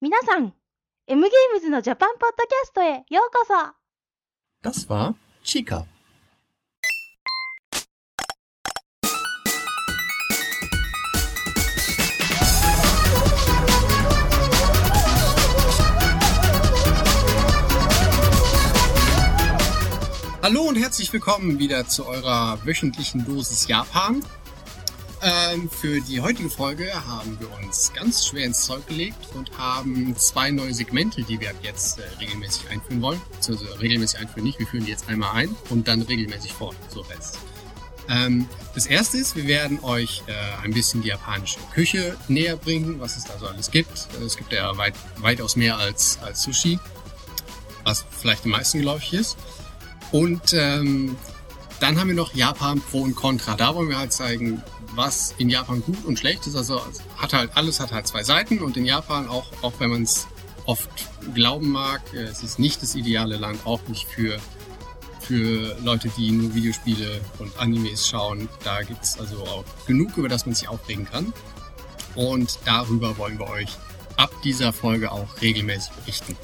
皆さん、M ゲームズのジャパンポッドキャストへようこそ。 Das war Chica. Hallo und herzlich willkommen wieder zu eurer wöchentlichen Dosis Japan. Für die heutige Folge haben wir uns ganz schwer ins Zeug gelegt und haben 2 neue Segmente, die wir ab jetzt regelmäßig einführen wollen. Also regelmäßig einführen nicht, wir führen die jetzt einmal ein und dann regelmäßig fort, so heißt. Das erste ist, wir werden euch ein bisschen die japanische Küche näher bringen, was es da so alles gibt. Es gibt ja weitaus mehr als Sushi, was vielleicht den meisten geläufig ist. Und dann haben wir noch Japan Pro und Contra. Da wollen wir halt zeigen, was in Japan gut und schlecht ist. Also alles hat halt 2 Seiten und in Japan, auch wenn man es oft glauben mag, es ist nicht das ideale Land, auch nicht für Leute, die nur Videospiele und Animes schauen. Da gibt es also auch genug, über das man sich aufregen kann. Und darüber wollen wir euch ab dieser Folge auch regelmäßig berichten.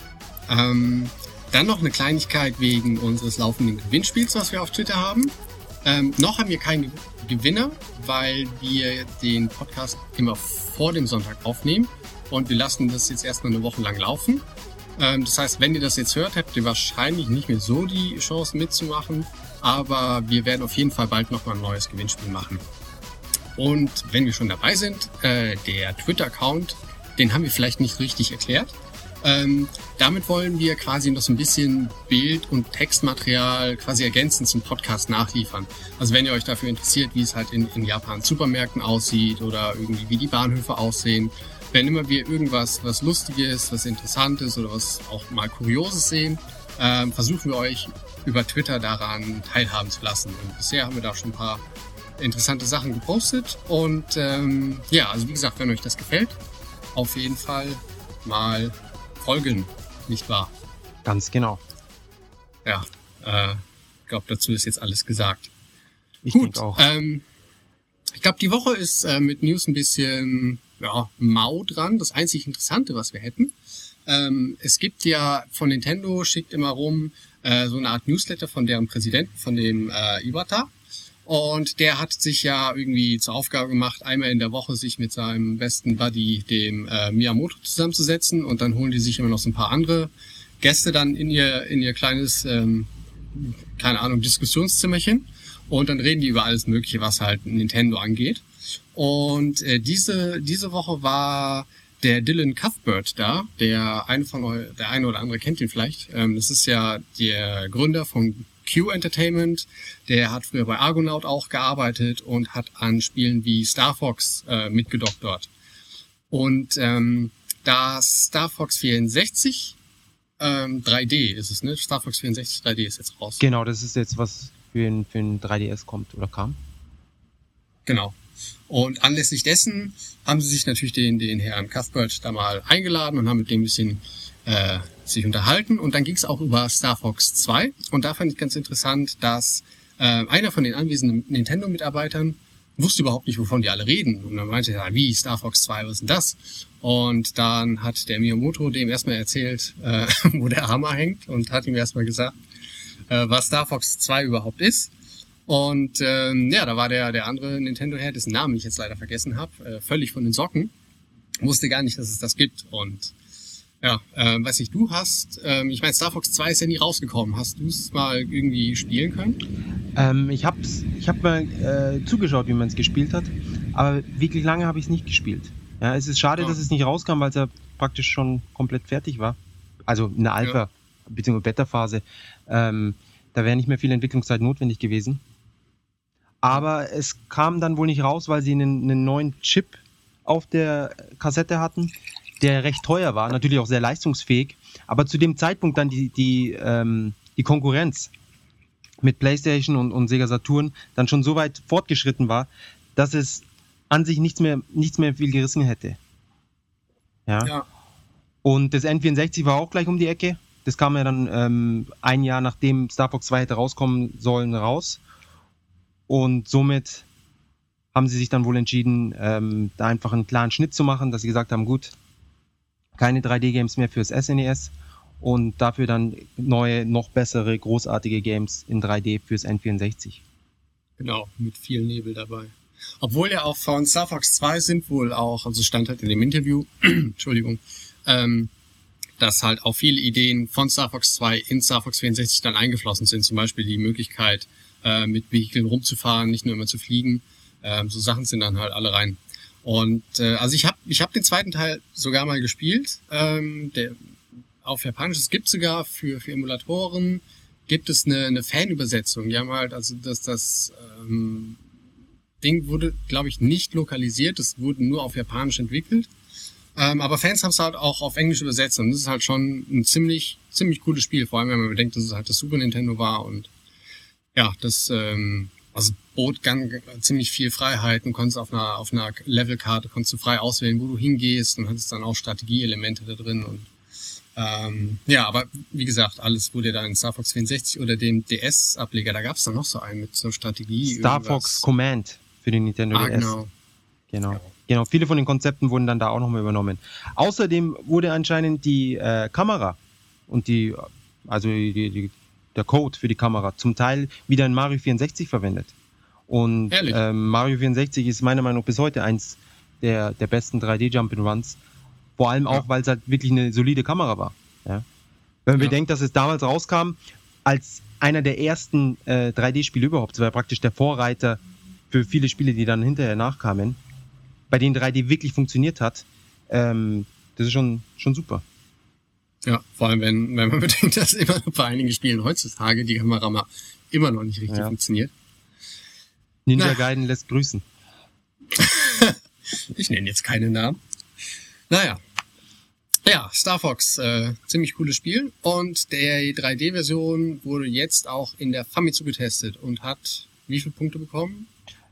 Dann noch eine Kleinigkeit wegen unseres laufenden Gewinnspiels, was wir auf Twitter haben. Noch haben wir keinen Gewinner, weil wir den Podcast immer vor dem Sonntag aufnehmen und wir lassen das jetzt erstmal eine Woche lang laufen. Das heißt, wenn ihr das jetzt hört, habt ihr wahrscheinlich nicht mehr so die Chance mitzumachen, aber wir werden auf jeden Fall bald nochmal ein neues Gewinnspiel machen. Und wenn wir schon dabei sind, der Twitter-Account, den haben wir vielleicht nicht richtig erklärt. Damit wollen wir quasi noch so ein bisschen Bild- und Textmaterial quasi ergänzend zum Podcast nachliefern. Also wenn ihr euch dafür interessiert, wie es halt in Japan Supermärkten aussieht oder irgendwie wie die Bahnhöfe aussehen, wenn immer wir irgendwas, was Lustiges, was Interessantes oder was auch mal Kurioses sehen, versuchen wir euch über Twitter daran teilhaben zu lassen. Und bisher haben wir da schon ein paar interessante Sachen gepostet. Und also wie gesagt, wenn euch das gefällt, auf jeden Fall mal folgen, nicht wahr? Ganz genau. Ja, ich glaube, dazu ist jetzt alles gesagt. Ich Gut, denke auch. Ich glaube, die Woche ist mit News ein bisschen mau dran. Das einzig Interessante, was wir hätten. Es gibt ja von Nintendo, schickt immer rum so eine Art Newsletter von deren Präsidenten, von dem Iwata. Und der hat sich ja irgendwie zur Aufgabe gemacht, einmal in der Woche sich mit seinem besten Buddy, dem Miyamoto, zusammenzusetzen. Und dann holen die sich immer noch so ein paar andere Gäste dann in ihr kleines, keine Ahnung, Diskussionszimmerchen. Und dann reden die über alles Mögliche, was halt Nintendo angeht. Und diese Woche war der Dylan Cuthbert da. Der eine oder andere kennt ihn vielleicht. Das ist ja der Gründer von Q Entertainment, der hat früher bei Argonaut auch gearbeitet und hat an Spielen wie Star Fox mitgedoktort. Und das Star Fox 64 3D ist es, ne? Star Fox 64 3D ist jetzt raus. Genau, das ist jetzt was für ein 3DS kommt oder kam. Genau. Und anlässlich dessen haben sie sich natürlich den Herrn Cuthbert da mal eingeladen und haben mit dem ein bisschen sich unterhalten. Und dann ging es auch über Star Fox 2. Und da fand ich ganz interessant, dass einer von den anwesenden Nintendo-Mitarbeitern wusste überhaupt nicht, wovon die alle reden. Und dann meinte er, wie, Star Fox 2, was ist denn das? Und dann hat der Miyamoto dem erstmal erzählt, wo der Hammer hängt und hat ihm erstmal gesagt, was Star Fox 2 überhaupt ist. Und da war der andere Nintendo-Herr, dessen Namen ich jetzt leider vergessen habe, völlig von den Socken. Wusste gar nicht, dass es das gibt. Und ja, weiß nicht, du hast, ich meine, Star Fox 2 ist ja nie rausgekommen. Hast du es mal irgendwie spielen können? Ich hab mal zugeschaut, wie man es gespielt hat, aber wirklich lange habe ich es nicht gespielt. Ja, es ist schade, dass es nicht rauskam, weil es ja praktisch schon komplett fertig war. Also in der Alpha, bzw. Beta-Phase. Da wäre nicht mehr viel Entwicklungszeit notwendig gewesen. Aber es kam dann wohl nicht raus, weil sie einen neuen Chip auf der Kassette hatten, der recht teuer war, natürlich auch sehr leistungsfähig, aber zu dem Zeitpunkt dann die Konkurrenz mit PlayStation und Sega Saturn dann schon so weit fortgeschritten war, dass es an sich nichts mehr viel gerissen hätte. Ja. Und das N64 war auch gleich um die Ecke. Das kam ja dann ein Jahr nachdem Star Fox 2 hätte rauskommen sollen raus. Und somit haben sie sich dann wohl entschieden, da einfach einen klaren Schnitt zu machen, dass sie gesagt haben, gut, keine 3D-Games mehr fürs SNES und dafür dann neue, noch bessere, großartige Games in 3D fürs N64. Genau, mit viel Nebel dabei. Obwohl ja auch von Star Fox 2 sind wohl auch, also stand halt in dem Interview, Entschuldigung, dass halt auch viele Ideen von Star Fox 2 in Star Fox 64 dann eingeflossen sind. Zum Beispiel die Möglichkeit, mit Vehikeln rumzufahren, nicht nur immer zu fliegen. So Sachen sind dann halt alle rein. Und also ich hab den zweiten Teil sogar mal gespielt. Der auf Japanisch, es gibt sogar für Emulatoren, gibt es eine Fanübersetzung. Die haben halt, also das Ding wurde, glaube ich, nicht lokalisiert. Es wurde nur auf Japanisch entwickelt. Aber Fans haben es halt auch auf Englisch übersetzt. Und das ist halt schon ein ziemlich cooles Spiel. Vor allem, wenn man bedenkt, dass es halt das Super Nintendo war. Und ja, das also bot ziemlich viel Freiheit. Du konntest auf einer Levelkarte konntest du frei auswählen, wo du hingehst. Und hattest dann auch Strategieelemente da drin. Und ja, aber wie gesagt, alles wurde da in Star Fox 64 oder dem DS-Ableger. Da gab es dann noch so einen mit so Strategie. Star Fox Command für den Nintendo DS. Genau. Viele von den Konzepten wurden dann da auch nochmal übernommen. Außerdem wurde anscheinend die Kamera und der Code für die Kamera zum Teil wieder in Mario 64 verwendet. Und Mario 64 ist meiner Meinung nach bis heute eins der besten 3D-Jump'n'Runs. Vor allem auch, weil es halt wirklich eine solide Kamera war. Ja? Wenn man bedenkt, dass es damals rauskam, als einer der ersten 3D-Spiele überhaupt, das war praktisch der Vorreiter für viele Spiele, die dann hinterher nachkamen, bei denen 3D wirklich funktioniert hat, das ist schon super. Ja, vor allem, wenn man bedenkt, dass immer bei einigen Spielen heutzutage die Kamera mal immer noch nicht richtig funktioniert. Ninja Gaiden lässt grüßen. Ich nenne jetzt keine Namen. Naja. Ja, Star Fox, ziemlich cooles Spiel. Und der 3D-Version wurde jetzt auch in der Famitsu getestet und hat wie viele Punkte bekommen?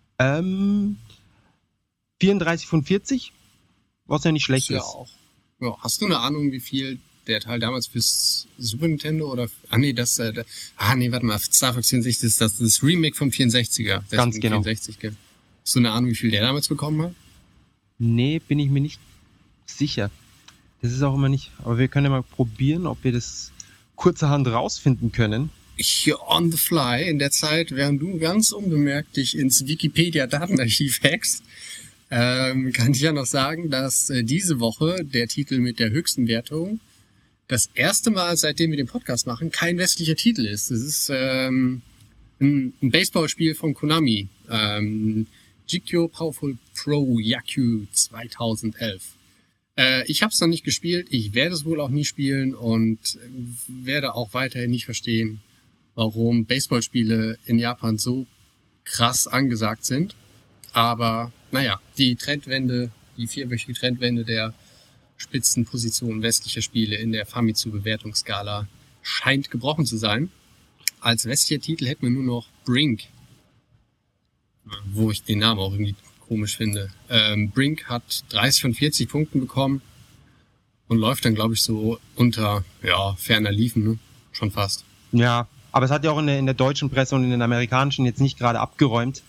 34 von 40, was ja nicht schlecht ist. Ja, hast du eine Ahnung, wie viel der Teil damals fürs Super Nintendo oder... warte mal, Star Fox 64 ist das Remake vom 64er. Ganz genau. 64 gibt. Hast du eine Ahnung, wie viel der damals bekommen hat? Nee, bin ich mir nicht sicher. Das ist auch immer nicht... Aber wir können ja mal probieren, ob wir das kurzerhand rausfinden können. Hier on the fly, in der Zeit, während du ganz unbemerkt dich ins Wikipedia-Datenarchiv hackst, kann ich ja noch sagen, dass diese Woche der Titel mit der höchsten Wertung das erste Mal, seitdem wir den Podcast machen, kein westlicher Titel ist. Das ist ein Baseballspiel von Konami. GQ Powerful Pro Yaku 2011. Ich habe es noch nicht gespielt, ich werde es wohl auch nie spielen und werde auch weiterhin nicht verstehen, warum Baseballspiele in Japan so krass angesagt sind. Aber naja, die Trendwende, die 4-wöchige Trendwende der Spitzenposition westlicher Spiele in der Famitsu-Bewertungsskala scheint gebrochen zu sein. Als westlicher Titel hätten wir nur noch Brink, wo ich den Namen auch irgendwie komisch finde. Brink hat 30 von 40 Punkten bekommen und läuft dann, glaube ich, so unter, ferner liefen, ne? Schon fast. Ja, aber es hat ja auch in der deutschen Presse und in den amerikanischen jetzt nicht gerade abgeräumt.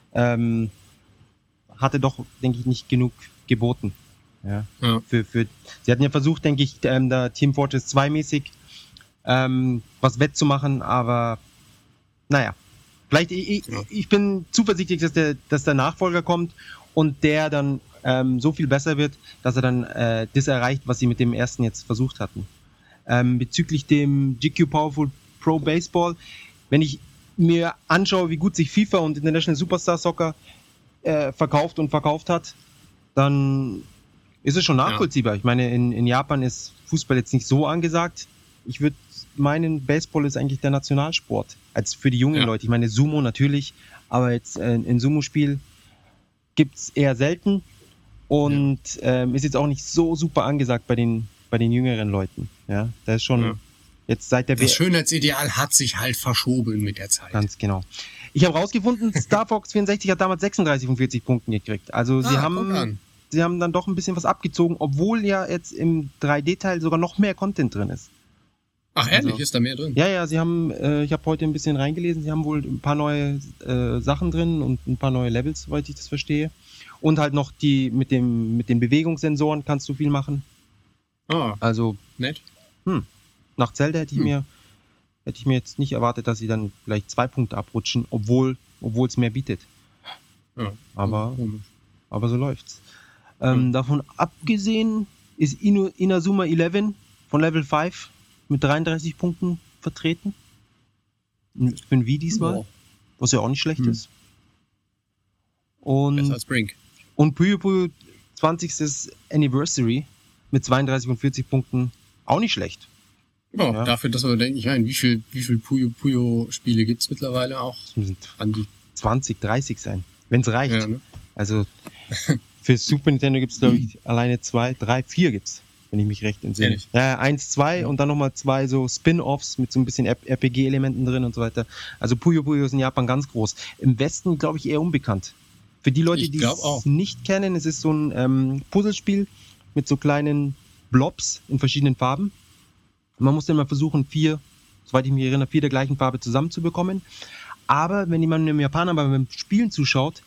Hatte doch, denke ich, nicht genug geboten. Ja. Sie hatten ja versucht, denke ich, da Team Fortress 2 mäßig was wettzumachen, aber naja. Vielleicht, ich bin zuversichtlich, dass der Nachfolger kommt und der dann so viel besser wird, dass er dann das erreicht, was sie mit dem ersten jetzt versucht hatten. Bezüglich dem GQ Powerful Pro Baseball, wenn ich mir anschaue, wie gut sich FIFA und International Superstar Soccer verkauft hat, dann ist es schon nachvollziehbar. Ich meine, in Japan ist Fußball jetzt nicht so angesagt. Ich würde meinen, Baseball ist eigentlich der Nationalsport. Als für die jungen Leute. Ich meine, Sumo natürlich, aber jetzt ein Sumo-Spiel gibt's eher selten und ist jetzt auch nicht so super angesagt bei den jüngeren Leuten. Ja, da ist schon jetzt seit der Das Schönheitsideal hat sich halt verschoben mit der Zeit. Ganz genau. Ich habe rausgefunden, Star Fox 64 hat damals 36 von 40 Punkten gekriegt. Also sie haben dann doch ein bisschen was abgezogen, obwohl ja jetzt im 3D-Teil sogar noch mehr Content drin ist. Ach ehrlich, ist da mehr drin? Ja, sie haben, ich habe heute ein bisschen reingelesen, sie haben wohl ein paar neue Sachen drin und ein paar neue Levels, soweit ich das verstehe. Und halt noch die mit den Bewegungssensoren kannst du viel machen. Oh, Also nett. nach Zelda hätte ich mir jetzt nicht erwartet, dass sie dann vielleicht 2 Punkte abrutschen, obwohl es mehr bietet. Ja, Aber, komisch. aber so läuft's. Davon abgesehen ist Inazuma 11 von Level 5 mit 33 Punkten vertreten. Für ein Wii diesmal, Ja, was ja auch nicht schlecht ist. besser Und, als Brink. und Puyo Puyo 20. Anniversary mit 32 und 40 Punkten auch nicht schlecht. Ja, Ja. dafür, dass man denkt, ich meine, wie viel Puyo-Puyo-Spiele gibt's mittlerweile auch Das müssen an die? 20, 30 sein, wenn es reicht. Ja, ne? Also für Super Nintendo gibt es, glaube ich, alleine 2, 3, 4 gibt's, wenn ich mich recht entsinne. Ehrlich? Ja, 1, 2 Ja. und dann nochmal 2 so Spin-Offs mit so ein bisschen RPG-Elementen drin und so weiter. Also Puyo Puyo ist in Japan ganz groß. Im Westen, glaube ich, eher unbekannt. Für die Leute, Ich die glaub es auch. nicht kennen, es ist so ein Puzzlespiel mit so kleinen Blobs in verschiedenen Farben. Man muss dann mal versuchen, 4, soweit ich mich erinnere, 4 der gleichen Farbe zusammenzubekommen. Aber wenn jemand einem Japaner beim Spielen zuschaut,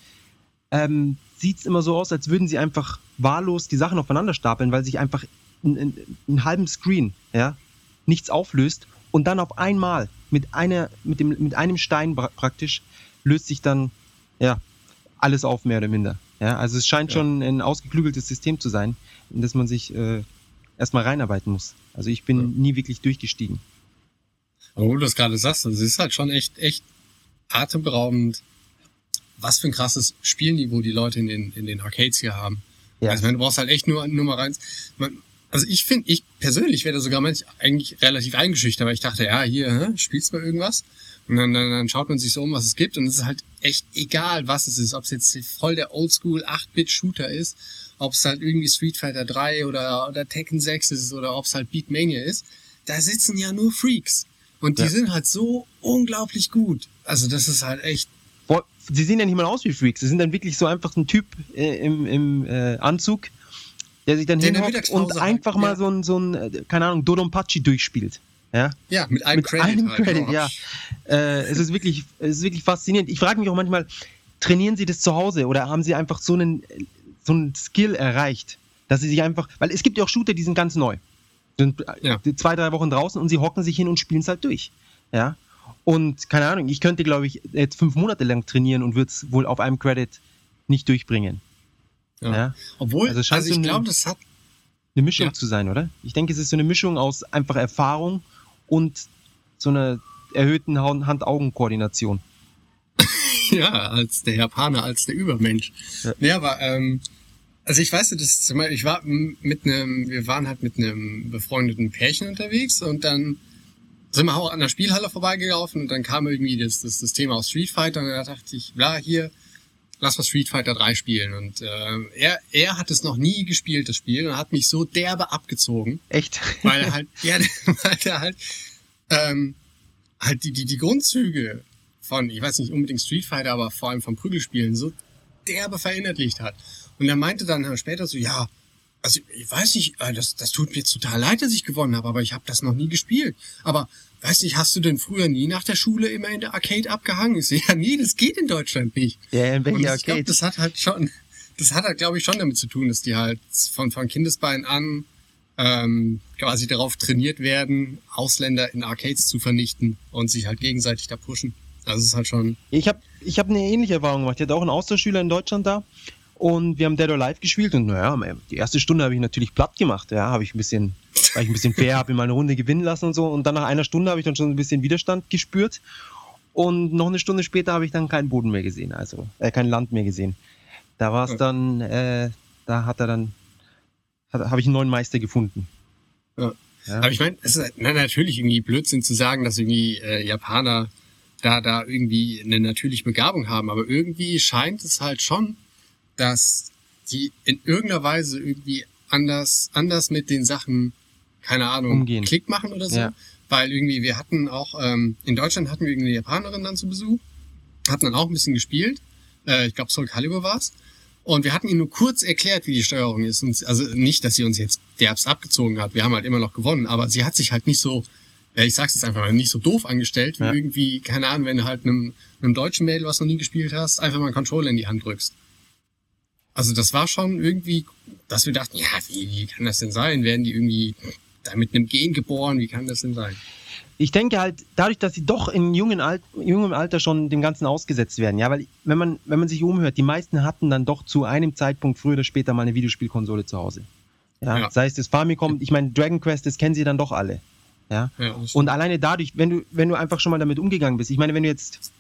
sieht es immer so aus, als würden sie einfach wahllos die Sachen aufeinander stapeln, weil sich einfach einen halben Screen, ja, nichts auflöst und dann auf einmal mit einem Stein praktisch löst sich dann ja alles auf, mehr oder minder. Ja, also es scheint Ja. schon ein ausgeklügeltes System zu sein, in das man sich erstmal reinarbeiten muss. Also ich bin Ja. nie wirklich durchgestiegen. Aber wo du das gerade sagst, das ist halt schon echt atemberaubend, was für ein krasses Spielniveau die Leute in den Arcades hier haben. Ja. Also ich meine, du brauchst halt echt nur mal rein. Also ich persönlich wäre da sogar eigentlich relativ eingeschüchtert, weil ich dachte, ja, hier, spielst du mal irgendwas? Und dann schaut man sich so um, was es gibt, und es ist halt echt egal, was es ist. Ob es jetzt voll der Oldschool 8-Bit-Shooter ist, ob es halt irgendwie Street Fighter 3 oder Tekken 6 ist oder ob es halt Beatmania ist. Da sitzen ja nur Freaks. Und die Ja. sind halt so unglaublich gut. Also das ist halt echt... Sie sehen ja nicht mal aus wie Freaks. Sie sind dann wirklich so einfach ein Typ im Anzug, der sich dann Der in der hinhockt Mittagspause und halt, einfach mal ja. so ein keine Ahnung, Dodonpachi durchspielt. Ja, Ja, mit einem mit Credit. einem halt, Credit, genau. ja. Es ist wirklich faszinierend. Ich frage mich auch manchmal, trainieren Sie das zu Hause oder haben Sie einfach so einen Skill erreicht, dass Sie sich einfach, weil es gibt ja auch Shooter, die sind ganz neu. Sind Ja. 2, 3 Wochen draußen und sie hocken sich hin und spielen es halt durch. Ja. Und keine Ahnung, ich könnte, glaube ich, jetzt 5 Monate lang trainieren und würde es wohl auf einem Credit nicht durchbringen. Ja. Ja. Obwohl, Also es also, scheint so ich eine- glaube, das hat... Eine Mischung Ja. zu sein, oder? Ich denke, es ist so eine Mischung aus einfach Erfahrung und so einer erhöhten Hand-Augen-Koordination. Ja, als der Japaner, als der Übermensch. Ja. Ja, aber, also ich weiß, wir waren halt mit einem befreundeten Pärchen unterwegs, und dann sind wir auch an der Spielhalle vorbeigelaufen, und dann kam irgendwie das Thema aus Street Fighter, und da dachte ich, hier, lass mal Street Fighter 3 spielen. Und er hat es noch nie gespielt, das Spiel, und hat mich so derbe abgezogen, Echt? weil er halt, weil er halt die Grundzüge von, ich weiß nicht unbedingt Street Fighter, aber vor allem von Prügelspielen so derbe verinnerlicht hat. Und er meinte dann später so, ja, also ich weiß nicht, das tut mir jetzt total leid, dass ich gewonnen habe, aber ich habe das noch nie gespielt. Aber, weiß nicht, hast du denn früher nie nach der Schule immer in der Arcade abgehangen? Ich so, ja, nee, das geht in Deutschland nicht. Ja, in Und welcher ich glaube, Arcade? das hat halt, glaube ich, schon damit zu tun, dass die halt von Kindesbeinen an quasi darauf trainiert werden, Ausländer in Arcades zu vernichten und sich halt gegenseitig da pushen. Also es ist halt schon... Ich hab eine ähnliche Erfahrung gemacht. Ich hatte auch einen Austauschschüler in Deutschland da und wir haben Dead or Alive gespielt und naja, die erste Stunde habe ich natürlich platt gemacht. Ja, war ich ein bisschen fair, habe ihn mal eine Runde gewinnen lassen und so, und dann nach einer Stunde habe ich dann schon ein bisschen Widerstand gespürt und noch eine Stunde später habe ich dann keinen Boden mehr gesehen, also kein Land mehr gesehen. Da war es dann, habe ich einen neuen Meister gefunden. Ja. Ja. Aber ich meine, es ist natürlich irgendwie Blödsinn zu sagen, dass irgendwie Japaner da irgendwie eine natürliche Begabung haben, aber irgendwie scheint es halt schon, dass die in irgendeiner Weise irgendwie anders mit den Sachen, keine Ahnung, Umgehen. Klick machen oder so. Ja. Weil irgendwie, wir hatten auch, in Deutschland hatten wir irgendwie eine Japanerin dann zu Besuch, hatten dann auch ein bisschen gespielt, ich glaube Soul Calibur war's. Und wir hatten ihnen nur kurz erklärt, wie die Steuerung ist. Und also nicht, dass sie uns jetzt derbst abgezogen hat. Wir haben halt immer noch gewonnen. Aber sie hat sich halt nicht so, ich sag's jetzt einfach mal, nicht so doof angestellt, wie irgendwie, keine Ahnung, wenn du halt einem deutschen Mädel, was noch nie gespielt hast, einfach mal einen Controller in die Hand drückst. Also das war schon irgendwie, dass wir dachten, ja, wie kann das denn sein? Werden die irgendwie da mit einem Gen geboren? Wie kann das denn sein? Ich denke halt, dadurch, dass sie doch in jungem Alter schon dem Ganzen ausgesetzt werden, ja, weil wenn man sich umhört, die meisten hatten dann doch zu einem Zeitpunkt früher oder später mal eine Videospielkonsole zu Hause. Ja. Sei es das Famicom, ich meine, Dragon Quest, das kennen sie dann doch alle. Ja. Und alleine dadurch, wenn du einfach schon mal damit umgegangen bist, ich meine, wenn du jetzt,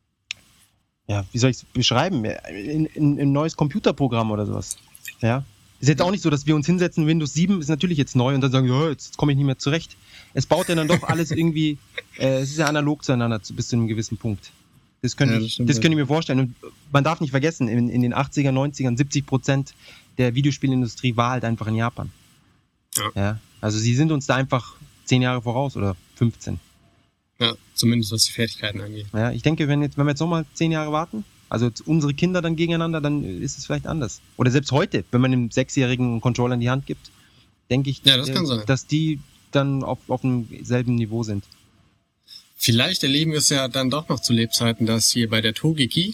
ja, wie soll ich es beschreiben, ein neues Computerprogramm oder sowas, ja, ist jetzt auch nicht so, dass wir uns hinsetzen, Windows 7 ist natürlich jetzt neu und dann sagen, ja, jetzt komme ich nicht mehr zurecht. Es baut ja dann doch alles irgendwie, es ist ja analog zueinander bis zu einem gewissen Punkt. Das könnte ich mir vorstellen. Und man darf nicht vergessen, in den 80er, 90ern, 70% der Videospielindustrie war halt einfach in Japan. Ja. Also sie sind uns da einfach 10 Jahre voraus oder 15. Ja, zumindest was die Fertigkeiten angeht. Ja, ich denke, wenn wir jetzt nochmal 10 Jahre warten, also unsere Kinder dann gegeneinander, dann ist es vielleicht anders. Oder selbst heute, wenn man einem 6-Jährigen einen Controller in die Hand gibt, denke ich, das kann sein, dass die dann auf dem selben Niveau sind. Vielleicht erleben wir es ja dann doch noch zu Lebzeiten, dass hier bei der Togeki,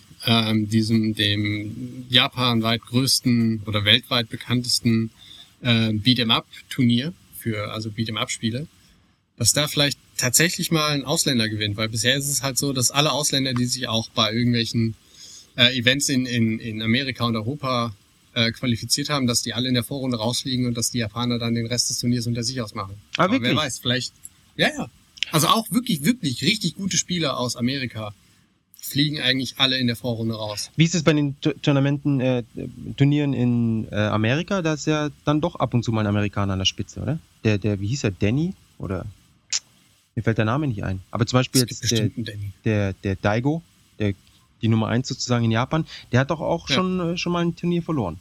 dem japanweit größten oder weltweit bekanntesten Beat'em-up-Turnier also Beat'em-up-Spiele, dass da vielleicht tatsächlich mal ein Ausländer gewinnt, weil bisher ist es halt so, dass alle Ausländer, die sich auch bei irgendwelchen Events in Amerika und Europa qualifiziert haben, dass die alle in der Vorrunde rausfliegen und dass die Japaner dann den Rest des Turniers unter sich ausmachen. Aber wer weiß, vielleicht, ja. Also auch wirklich, wirklich richtig gute Spieler aus Amerika fliegen eigentlich alle in der Vorrunde raus. Wie ist es bei den Turnieren in Amerika? Da ist ja dann doch ab und zu mal ein Amerikaner an der Spitze, oder? Der wie hieß er, Danny? Oder mir fällt der Name nicht ein. Aber zum Beispiel jetzt der Daigo, die Nummer 1 sozusagen in Japan, der hat doch auch schon mal ein Turnier verloren.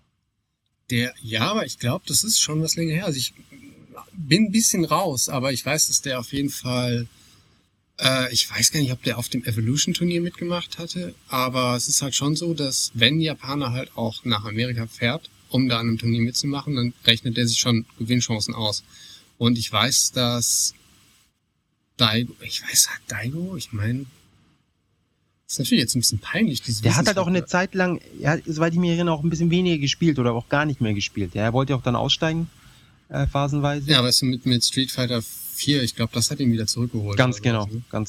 Aber ich glaube, das ist schon was länger her. Also ich bin ein bisschen raus, aber ich weiß, dass der auf jeden Fall, ich weiß gar nicht, ob der auf dem Evolution-Turnier mitgemacht hatte, aber es ist halt schon so, dass wenn ein Japaner halt auch nach Amerika fährt, um da an einem Turnier mitzumachen, dann rechnet der sich schon Gewinnchancen aus. Und ich weiß, dass Daigo, ich meine, das ist natürlich jetzt ein bisschen peinlich, dieses Der hat halt auch eine Zeit lang, soweit ich mich erinnere, auch ein bisschen weniger gespielt oder auch gar nicht mehr gespielt. Ja, er wollte auch dann aussteigen, phasenweise. Ja, weißt du, mit Street Fighter 4, ich glaube, das hat ihn wieder zurückgeholt. Ganz genau.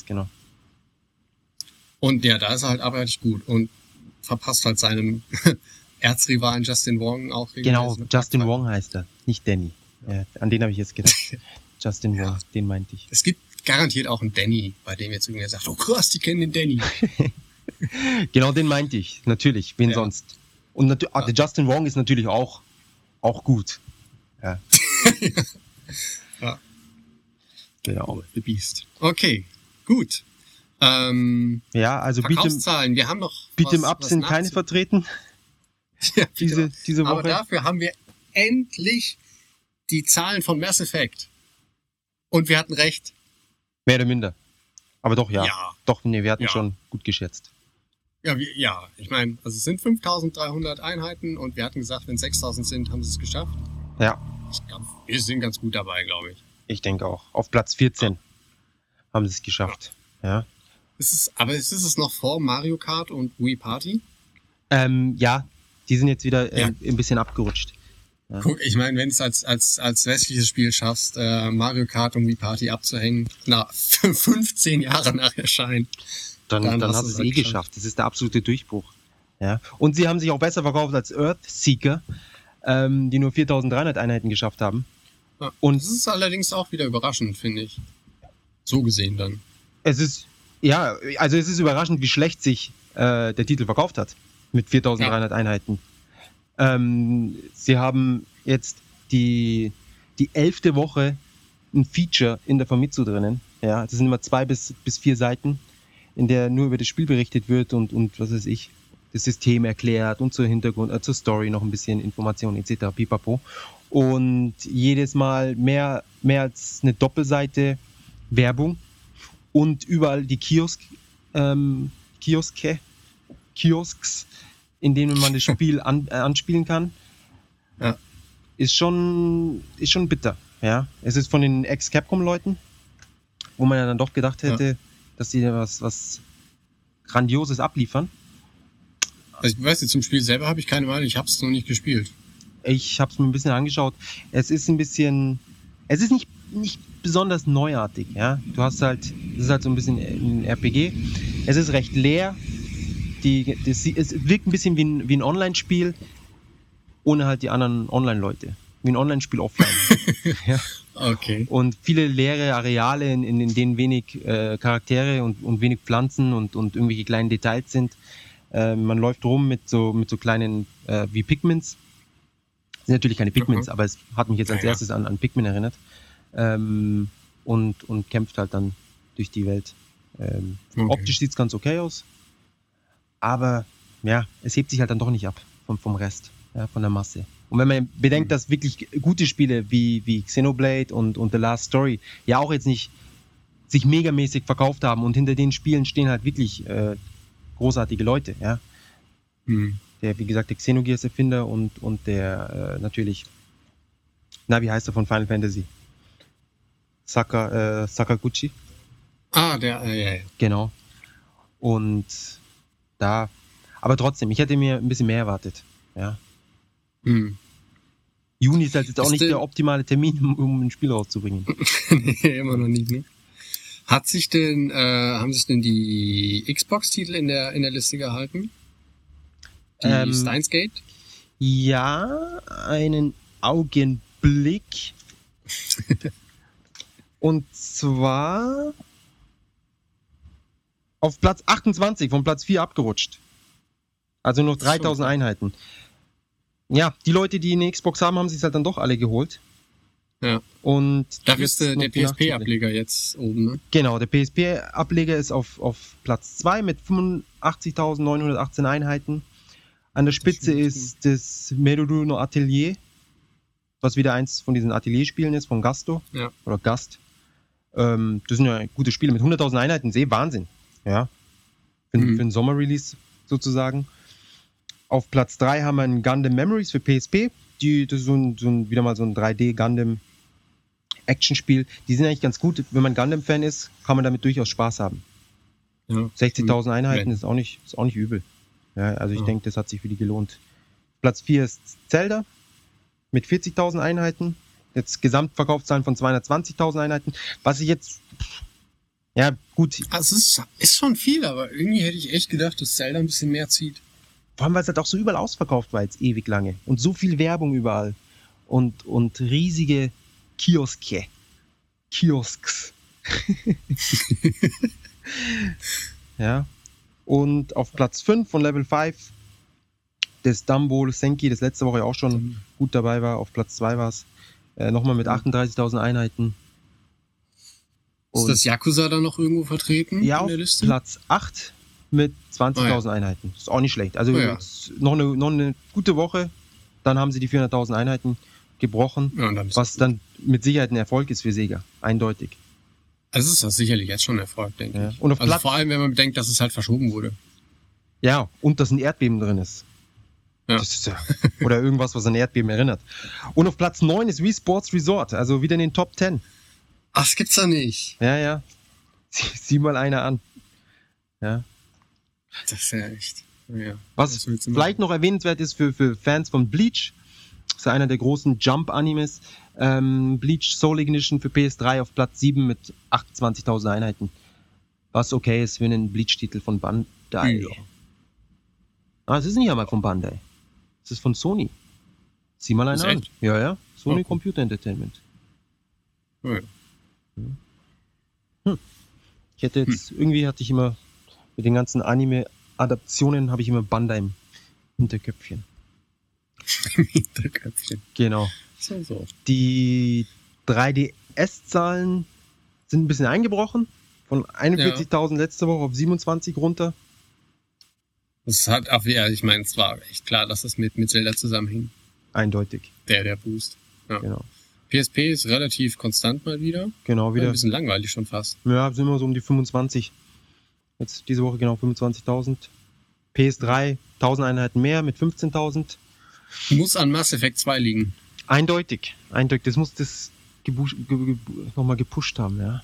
Und ja, da ist er halt abartig gut und verpasst halt seinem Erzrivalen Justin Wong auch. Genau, Justin Wong heißt er, nicht Danny. Ja, an den habe ich jetzt gedacht. Justin Wong, den meinte ich. Es gibt garantiert auch einen Danny, bei dem jetzt irgendwer sagt, oh krass, die kennen den Danny. Genau, den meinte ich, natürlich, wen sonst. Und der Justin Wong ist natürlich auch gut. Ja. Ja. Genau. The Beast. Okay, gut. Also Verkaufszahlen, wir haben noch Beat'em-up sind keine vertreten. Ja, diese Woche. Aber dafür haben wir endlich die Zahlen von Mass Effect. Und wir hatten recht. Mehr oder minder. Aber doch, ja. Doch, nee, wir hatten schon gut geschätzt. Ja, ich meine, also es sind 5.300 Einheiten und wir hatten gesagt, wenn 6.000 sind, haben sie es geschafft. Ja. Ich glaube, wir sind ganz gut dabei, glaube ich. Ich denke auch. Auf Platz 14 haben sie es geschafft. Ja. Ist es noch vor Mario Kart und Wii Party? Ja, die sind jetzt wieder ein bisschen abgerutscht. Ja. Guck, ich meine, wenn du es als westliches Spiel schaffst, Mario Kart und Wii Party abzuhängen, 15 Jahre nach Erscheinen, dann hast du es geschafft. Das ist der absolute Durchbruch. Ja. Und sie haben sich auch besser verkauft als Earthseeker, die nur 4.300 Einheiten geschafft haben. Ja, und das ist allerdings auch wieder überraschend, finde ich. So gesehen dann. Es ist überraschend, wie schlecht sich der Titel verkauft hat. Mit 4.300 Einheiten. Sie haben jetzt die 11. Woche ein Feature in der Famitsu drinnen. Ja, das sind immer 2 bis 4 Seiten, in der nur über das Spiel berichtet wird und was weiß ich, das System erklärt und zur Hintergrund, zur Story noch ein bisschen Informationen etc. Pipapo. Und jedes Mal mehr als eine Doppelseite Werbung und überall die Kiosks, in denen man das Spiel anspielen kann. Ja. Ist schon bitter. Ja, es ist von den Ex-Capcom-Leuten, wo man ja dann doch gedacht hätte, dass sie was Grandioses abliefern. Also ich weiß nicht, zum Spiel selber habe ich keine Meinung, ich habe es noch nicht gespielt. Ich habe es mir ein bisschen angeschaut. Es ist nicht besonders neuartig, ja. Es ist halt so ein bisschen ein RPG. Es ist recht leer. Es wirkt ein bisschen wie ein Online-Spiel, ohne halt die anderen Online-Leute. Wie ein Online-Spiel offline. Ja. Okay. Und viele leere Areale, in denen wenig Charaktere und wenig Pflanzen und irgendwelche kleinen Details sind. Man läuft rum mit so kleinen wie Pikmins. Sind natürlich keine Pikmins, aber es hat mich jetzt als erstes an Pikmin erinnert. Und kämpft halt dann durch die Welt. Optisch sieht es ganz okay aus. Aber ja, es hebt sich halt dann doch nicht ab vom Rest, ja, von der Masse. Und wenn man bedenkt, dass wirklich gute Spiele wie Xenoblade und The Last Story ja auch jetzt nicht sich megamäßig verkauft haben und hinter den Spielen stehen halt wirklich großartige Leute, ja. Der, wie gesagt, der Xenogears Erfinder und der natürlich, wie heißt er von Final Fantasy? Sakaguchi. Ja. Genau. Und aber trotzdem, ich hätte mir ein bisschen mehr erwartet, ja. Juni ist halt jetzt auch nicht der optimale Termin, um ein Spiel rauszubringen. Nee, immer noch nicht, ne? Haben sich denn die Xbox-Titel in der Liste gehalten? Die Steins Gate? Ja, einen Augenblick. Und zwar auf Platz 28, von Platz 4 abgerutscht. Also noch 3000 Einheiten. Ja, die Leute, die eine Xbox haben, haben sich halt dann doch alle geholt. Ja. Und dafür ist der PSP-Ableger jetzt oben, ne? Genau, der PSP-Ableger ist auf Platz 2 mit 85.918 Einheiten. An der Spitze ist das Merudu no Atelier, was wieder eins von diesen Atelierspielen ist, von Gasto. Ja. Oder Gast. Das sind ja gute Spiele mit 100.000 Einheiten, Wahnsinn. Ja. Für einen Sommer-Release sozusagen. Auf Platz 3 haben wir ein Gundam Memories für PSP. Das ist wieder mal so ein 3D-Gundam-Action-Spiel. Die sind eigentlich ganz gut. Wenn man Gundam-Fan ist, kann man damit durchaus Spaß haben. Ja. 60.000 Einheiten ist auch nicht übel. Ja, also ich denke, das hat sich für die gelohnt. Platz 4 ist Zelda mit 40.000 Einheiten. Jetzt Gesamtverkaufszahlen von 220.000 Einheiten. Was ich jetzt... Ja, gut. Also es ist schon viel, aber irgendwie hätte ich echt gedacht, dass Zelda ein bisschen mehr zieht. Vor allem, weil es halt auch so überall ausverkauft war jetzt ewig lange. Und so viel Werbung überall. Und riesige Kiosks. Ja. Und auf Platz 5 von Level 5 das Dumbo Senki, das letzte Woche auch schon gut dabei war. Auf Platz 2 war es. Nochmal mit 38.000 Einheiten. Und ist das Yakuza da noch irgendwo vertreten ja, in der Liste? Platz 8 mit 20.000 Einheiten. Das ist auch nicht schlecht. Also noch eine gute Woche, dann haben sie die 400.000 Einheiten gebrochen, was dann mit Sicherheit ein Erfolg ist für Sega. Eindeutig. Also ist das sicherlich jetzt schon ein Erfolg, denke ich. Und also vor allem, wenn man bedenkt, dass es halt verschoben wurde. Ja, und dass ein Erdbeben drin ist. Ja. Das ist oder irgendwas, was an Erdbeben erinnert. Und auf Platz 9 ist Wii Sports Resort, also wieder in den Top 10. Ach, das gibt's da nicht. Ja. Sieh mal einer an. Ja. Das ist ja echt. Ja. Was vielleicht noch erwähnenswert ist für Fans von Bleach, das ist einer der großen Jump-Animes. Bleach Soul Ignition für PS3 auf Platz 7 mit 28.000 Einheiten. Was okay ist für einen Bleach-Titel von Bandai. Ja. Es ist nicht einmal von Bandai. Es ist von Sony. Sieh mal einer an. Ja. Sony Computer Entertainment. Ja. Irgendwie hatte ich immer mit den ganzen Anime-Adaptionen habe ich immer Bandai im Hinterköpfchen. Genau. So. Die 3DS-Zahlen sind ein bisschen eingebrochen. Von 41.000 letzte Woche auf 27 runter. Das hat, ich meine, es war echt klar, dass das mit Zelda zusammenhing. Eindeutig. Der Boost. Ja. Genau. PSP ist relativ konstant mal wieder. Genau, wieder. Ein bisschen langweilig schon fast. Ja, sind immer so um die 25. Jetzt diese Woche genau 25.000. PS3 1000 Einheiten mehr mit 15.000. Muss an Mass Effect 2 liegen. Eindeutig. Das muss das nochmal gepusht haben, ja.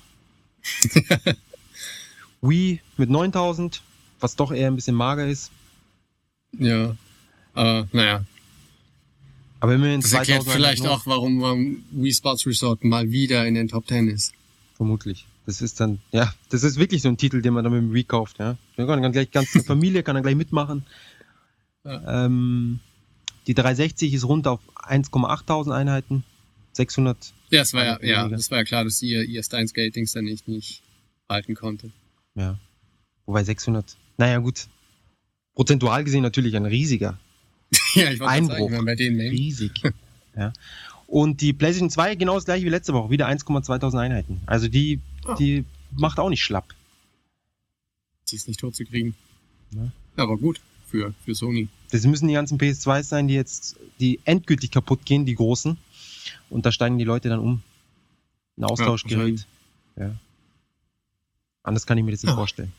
Wii mit 9.000, was doch eher ein bisschen mager ist. Ja. Naja. Aber immerhin Das erklärt 2000 vielleicht nur, auch, warum Wii Sports Resort mal wieder in den Top 10 ist. vermutlich. Das ist dann, ja, das ist wirklich so ein Titel, den man dann mit dem Wii kauft, ja. Da kann dann gleich ganze Familie kann dann gleich mitmachen. Ja. Die 360 ist rund auf 1,8 Einheiten. 600. Ja, das war ja weniger. klar, dass ihr Steins Gate-Dings dann nicht halten konnte. Ja. Wobei 600. Naja, gut. Prozentual gesehen natürlich ein riesiger Ja, ich wollte Einbruch. sagen, bei den Mengen. Riesig. Ja. Und die PlayStation 2 genau das gleiche wie letzte Woche. Wieder 1,2000 Einheiten. Also die macht auch nicht schlapp. Sie ist nicht tot zu kriegen. Ja. Aber gut, für Sony. Das müssen die ganzen PS2s sein, die endgültig kaputt gehen, die großen. Und da steigen die Leute dann um. Ein Austauschgerät. Ja. Anders kann ich mir das nicht vorstellen.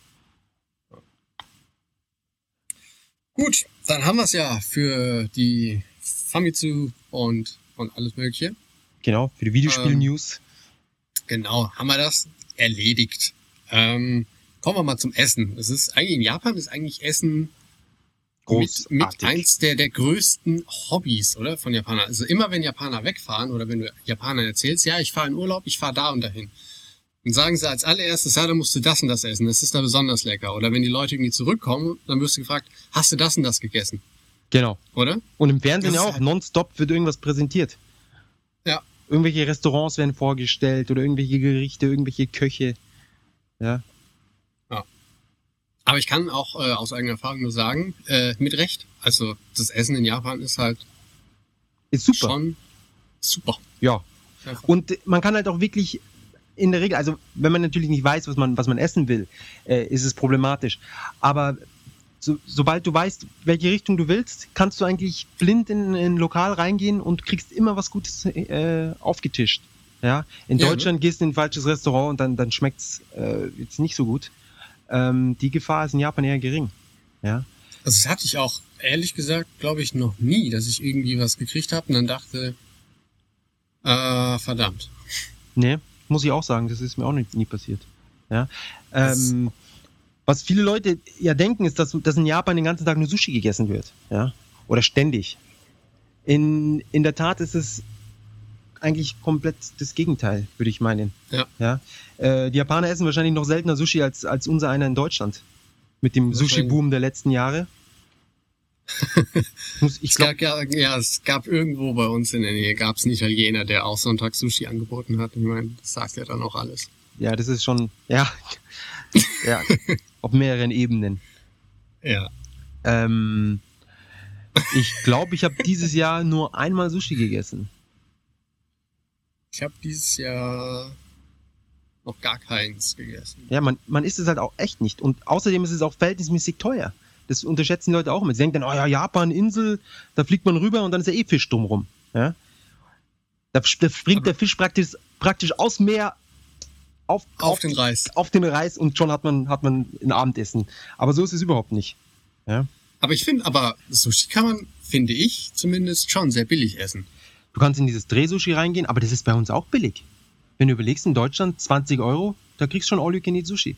Gut, dann haben wir es ja für die Famitsu und alles Mögliche. Genau, für die Videospiel-News. Genau, haben wir das erledigt. Kommen wir mal zum Essen. Es ist eigentlich in Japan ist eigentlich Essen mit eins der größten Hobbys, oder? Von Japanern. Also immer wenn Japaner wegfahren oder wenn du Japanern erzählst, ja, ich fahre in Urlaub, ich fahre da und dahin. Dann sagen sie als allererstes, ja, dann musst du das und das essen. Das ist da besonders lecker. Oder wenn die Leute irgendwie zurückkommen, dann wirst du gefragt, hast du das und das gegessen? Genau. Oder? Und im Fernsehen Das ja ist auch. halt- Nonstop wird irgendwas präsentiert. Ja. Irgendwelche Restaurants werden vorgestellt oder irgendwelche Gerichte, irgendwelche Köche. Ja. Aber ich kann auch aus eigener Erfahrung nur sagen, mit Recht. Also das Essen in Japan ist halt Ist super. schon super. Ja. Und man kann halt auch wirklich in der Regel, also wenn man natürlich nicht weiß, was man essen will, ist es problematisch. Aber sobald du weißt, welche Richtung du willst, kannst du eigentlich blind in ein Lokal reingehen und kriegst immer was Gutes aufgetischt. Ja? In Ja, Deutschland gehst du in ein falsches Restaurant und dann schmeckt es jetzt nicht so gut. Die Gefahr ist in Japan eher gering. Ja? Also das hatte ich auch, ehrlich gesagt, glaube ich, noch nie, dass ich irgendwie was gekriegt habe und dann dachte, verdammt. Nee, muss ich auch sagen, das ist mir auch nie passiert. Ja? Was viele Leute ja denken, ist, dass in Japan den ganzen Tag nur Sushi gegessen wird. Ja? Oder ständig. In der Tat ist es eigentlich komplett das Gegenteil, würde ich meinen. Ja. Die Japaner essen wahrscheinlich noch seltener Sushi als unser einer in Deutschland. Mit dem Sushi-Boom der letzten Jahre. Es gab irgendwo bei uns in der Nähe, gab es einen Italiener, der auch sonntags Sushi angeboten hat. Ich meine, das sagt ja dann auch alles. Ja, das ist schon, ja, auf mehreren Ebenen. Ja. Ich glaube, ich habe dieses Jahr nur einmal Sushi gegessen. Ich habe dieses Jahr noch gar keins gegessen. Ja, man isst es halt auch echt nicht. Und außerdem ist es auch verhältnismäßig teuer. Das unterschätzen die Leute auch immer. Sie denken dann, oh ja, Japan, Insel, da fliegt man rüber und dann ist ja Fisch drumrum. Ja? Da springt der Fisch praktisch aus Meer auf den Reis. Auf den Reis und schon hat man ein Abendessen. Aber so ist es überhaupt nicht. Ja? Aber Sushi kann man, finde ich, zumindest schon sehr billig essen. Du kannst in dieses Drehsushi reingehen, aber das ist bei uns auch billig. Wenn du überlegst, in Deutschland 20 €, da kriegst du schon All-You-Can-Eat-Sushi.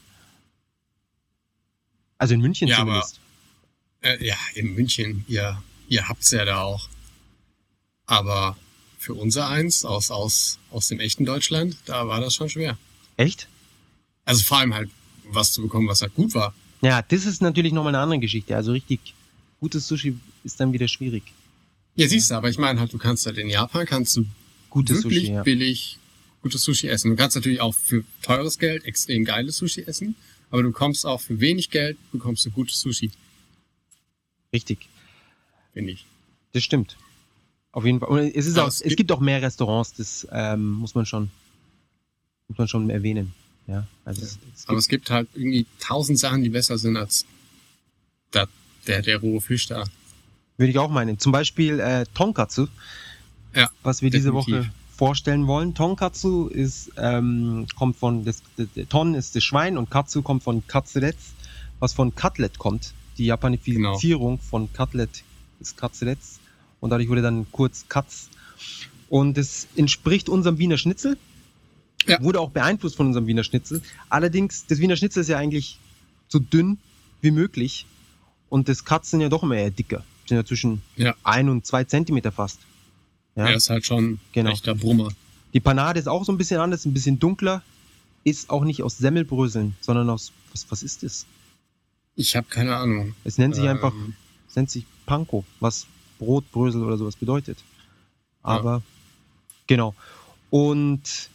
Also in München zumindest. In München, ihr habt's ja da auch. Aber für unser eins aus dem echten Deutschland, da war das schon schwer. Echt? Also vor allem halt was zu bekommen, was halt gut war. Ja, das ist natürlich nochmal eine andere Geschichte. Also richtig gutes Sushi ist dann wieder schwierig. Ja, siehst du, aber ich meine halt, du kannst halt in Japan Gutes wirklich Sushi, ja. billig gutes Sushi essen. Du kannst natürlich auch für teures Geld extrem geiles Sushi essen, aber du bekommst auch für wenig Geld bekommst du gutes Sushi, Richtig, finde ich. das stimmt. Auf jeden Fall. Und Aber es gibt auch mehr Restaurants, das muss man schon erwähnen. Ja, also Aber es gibt halt irgendwie 1000 Sachen, die besser sind als der rohe Fisch da. würde ich auch meinen. Zum Beispiel Tonkatsu, Ja, was wir diese definitiv. Woche vorstellen wollen. Tonkatsu kommt von, Ton ist das Schwein und Katsu kommt von Katsuretsu, was von Cutlet kommt. Die Japanifizierung von Cutlet ist Katsuretsu und dadurch wurde dann kurz Katz. Und es entspricht unserem Wiener Schnitzel. Ja. Wurde auch beeinflusst von unserem Wiener Schnitzel. Allerdings, das Wiener Schnitzel ist ja eigentlich so dünn wie möglich. und das Cuts sind ja doch immer eher dicker. Sind ja zwischen 1 und 2 Zentimeter fast. Ja, ist halt schon ein echter Brummer. Die Panade ist auch so ein bisschen anders, ein bisschen dunkler. Ist auch nicht aus Semmelbröseln, sondern aus, was ist das? Ich habe keine Ahnung. Es nennt sich einfach, es nennt sich Panko, was Brotbrösel oder sowas bedeutet. Aber, genau. Und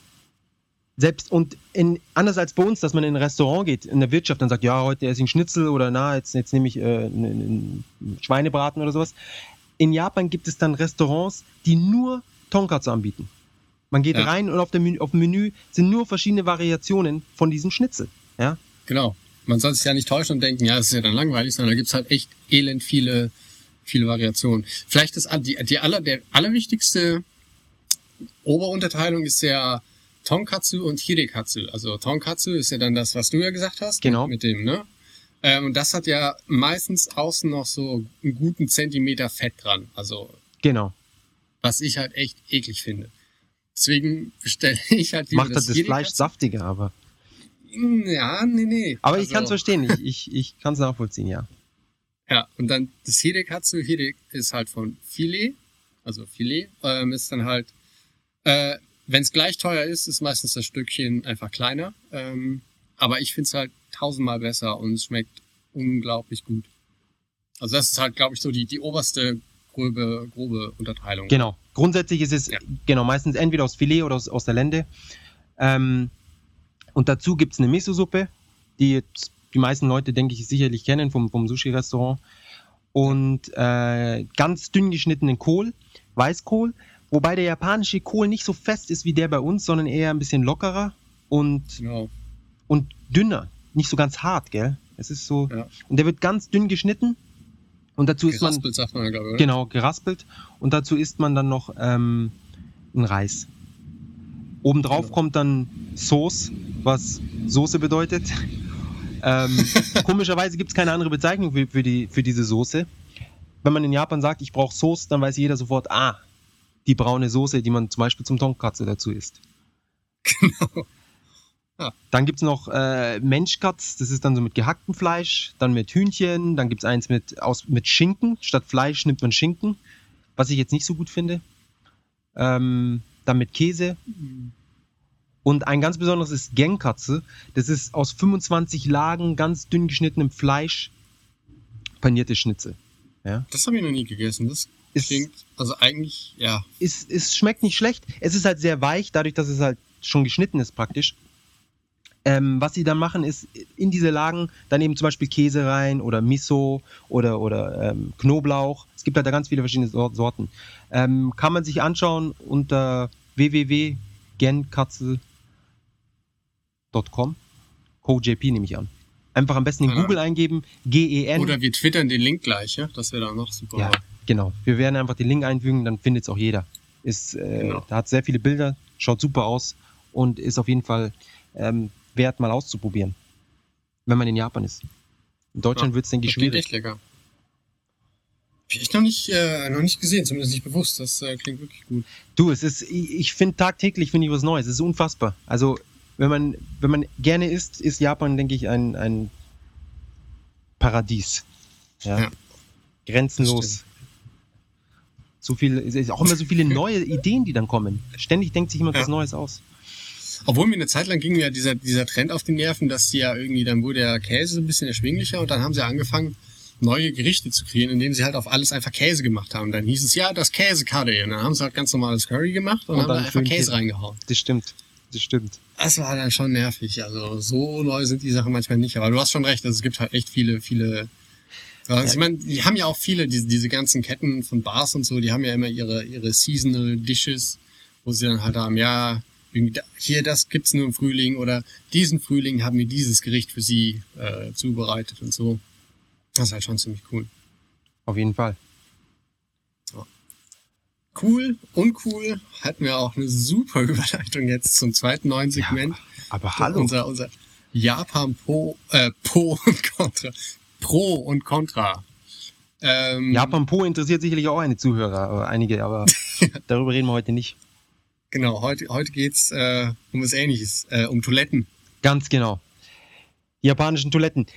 anders als bei uns, dass man in ein Restaurant geht, in der Wirtschaft, dann sagt, ja, heute esse ich einen Schnitzel oder jetzt nehme ich einen Schweinebraten oder sowas. In Japan gibt es dann Restaurants, die nur Tonkatsu anbieten. Man geht rein und auf dem Menü sind nur verschiedene Variationen von diesem Schnitzel. Ja? Genau. Man soll sich ja nicht täuschen und denken, ja, das ist ja dann langweilig, sondern da gibt's halt echt elend viele Variationen. Vielleicht ist der allerwichtigste Oberunterteilung ist ja Tonkatsu und Hirekatsu. Also Tonkatsu ist ja dann das, was du ja gesagt hast. Genau. Mit dem, ne? Und das hat ja meistens außen noch so einen guten Zentimeter Fett dran. Also. Genau. Was ich halt echt eklig finde. Deswegen bestelle ich halt lieber das Fleisch saftiger, aber. Ja, nee. Aber ich kann es verstehen. Ich kann es nachvollziehen, ja. Ja, und dann das Hirekatsu. Hire ist halt von Filet. Also Filet. Ist dann halt, wenn es gleich teuer ist meistens das Stückchen einfach kleiner. Aber ich finde es halt 1000-mal besser und es schmeckt unglaublich gut. Also das ist halt, glaube ich, so die oberste grobe Unterteilung. Genau. Grundsätzlich ist es meistens entweder aus Filet oder aus der Lende. Und dazu gibt es eine Miso-Suppe, die jetzt die meisten Leute, denke ich, sicherlich kennen vom Sushi-Restaurant. Und ganz dünn geschnittenen Kohl, Weißkohl, wobei der japanische Kohl nicht so fest ist wie der bei uns, sondern eher ein bisschen lockerer und dünner. Nicht so ganz hart, gell? Es ist so. Ja. Und der wird ganz dünn geschnitten. Und dazu ist man. Geraspelt, sagt man ja, glaube ich, oder? Genau, geraspelt. Und dazu isst man dann noch einen Reis. Obendrauf kommt dann Sauce, was Soße bedeutet. Komischerweise gibt es keine andere Bezeichnung für diese Soße. Wenn man in Japan sagt, ich brauche Sauce, dann weiß jeder sofort, die braune Soße, die man zum Beispiel zum Tonkatsu dazu isst. Genau. Ja. Dann gibt es noch Menschkatz, das ist dann so mit gehacktem Fleisch, dann mit Hühnchen, dann gibt es eins mit Schinken, statt Fleisch nimmt man Schinken, was ich jetzt nicht so gut finde. Dann mit Käse. Und ein ganz besonderes ist Genkatsu, das ist aus 25 Lagen ganz dünn geschnittenem Fleisch panierte Schnitzel. Ja? Das habe ich noch nie gegessen, das klingt, also eigentlich, ja. Es schmeckt nicht schlecht, es ist halt sehr weich, dadurch, dass es halt schon geschnitten ist praktisch. Was sie dann machen, ist in diese Lagen dann eben zum Beispiel Käse rein oder Miso oder Knoblauch. Es gibt halt da ganz viele verschiedene Sorten. Kann man sich anschauen unter www.genkatsu.com. CoJP nehme ich an. Einfach am besten in Google eingeben, GEN. Oder wir twittern den Link gleich, ja? Das wäre dann noch super. Ja, genau. Wir werden einfach den Link einfügen, dann findet es auch jeder. Da hat sehr viele Bilder, schaut super aus und ist auf jeden Fall wert, mal auszuprobieren, wenn man in Japan ist. In Deutschland wird es, denke ich, schwierig. Klingt echt lecker. Hab ich echt noch nicht gesehen, zumindest nicht bewusst. Das klingt wirklich gut. Du, ich finde tagtäglich was Neues. Es ist unfassbar. Also, wenn man gerne isst, ist Japan, denke ich, ein Paradies. Ja. Grenzenlos. So viel, es ist auch immer so viele neue Ideen, die dann kommen. Ständig denkt sich jemand was Neues aus. Obwohl mir eine Zeit lang ging mir ja dieser Trend auf die Nerven, dass die ja irgendwie, dann wurde der Käse so ein bisschen erschwinglicher und dann haben sie angefangen, neue Gerichte zu kreieren, indem sie halt auf alles einfach Käse gemacht haben. Dann hieß es, ja, das Käse-Curry. Und dann haben sie halt ganz normales Curry gemacht und haben da einfach Käse reingehauen. Das stimmt. Das war dann schon nervig. Also so neu sind die Sachen manchmal nicht. Aber du hast schon recht, also es gibt halt echt viele. Also ich meine, die haben ja auch viele, diese ganzen Ketten von Bars und so, die haben ja immer ihre Seasonal Dishes, wo sie dann halt haben, ja, hier, das gibt's nur im Frühling oder diesen Frühling haben wir dieses Gericht für sie zubereitet und so. Das ist halt schon ziemlich cool. Auf jeden Fall. Ja. Cool, uncool, hatten wir auch eine super Überleitung jetzt zum zweiten neuen Segment. Ja, aber hallo. Unser Japan Pro und Contra. Japan Po interessiert sicherlich auch einige, aber darüber reden wir heute nicht. Genau, heute geht's um was Ähnliches, um Toiletten. Ganz genau. Die japanischen Toiletten.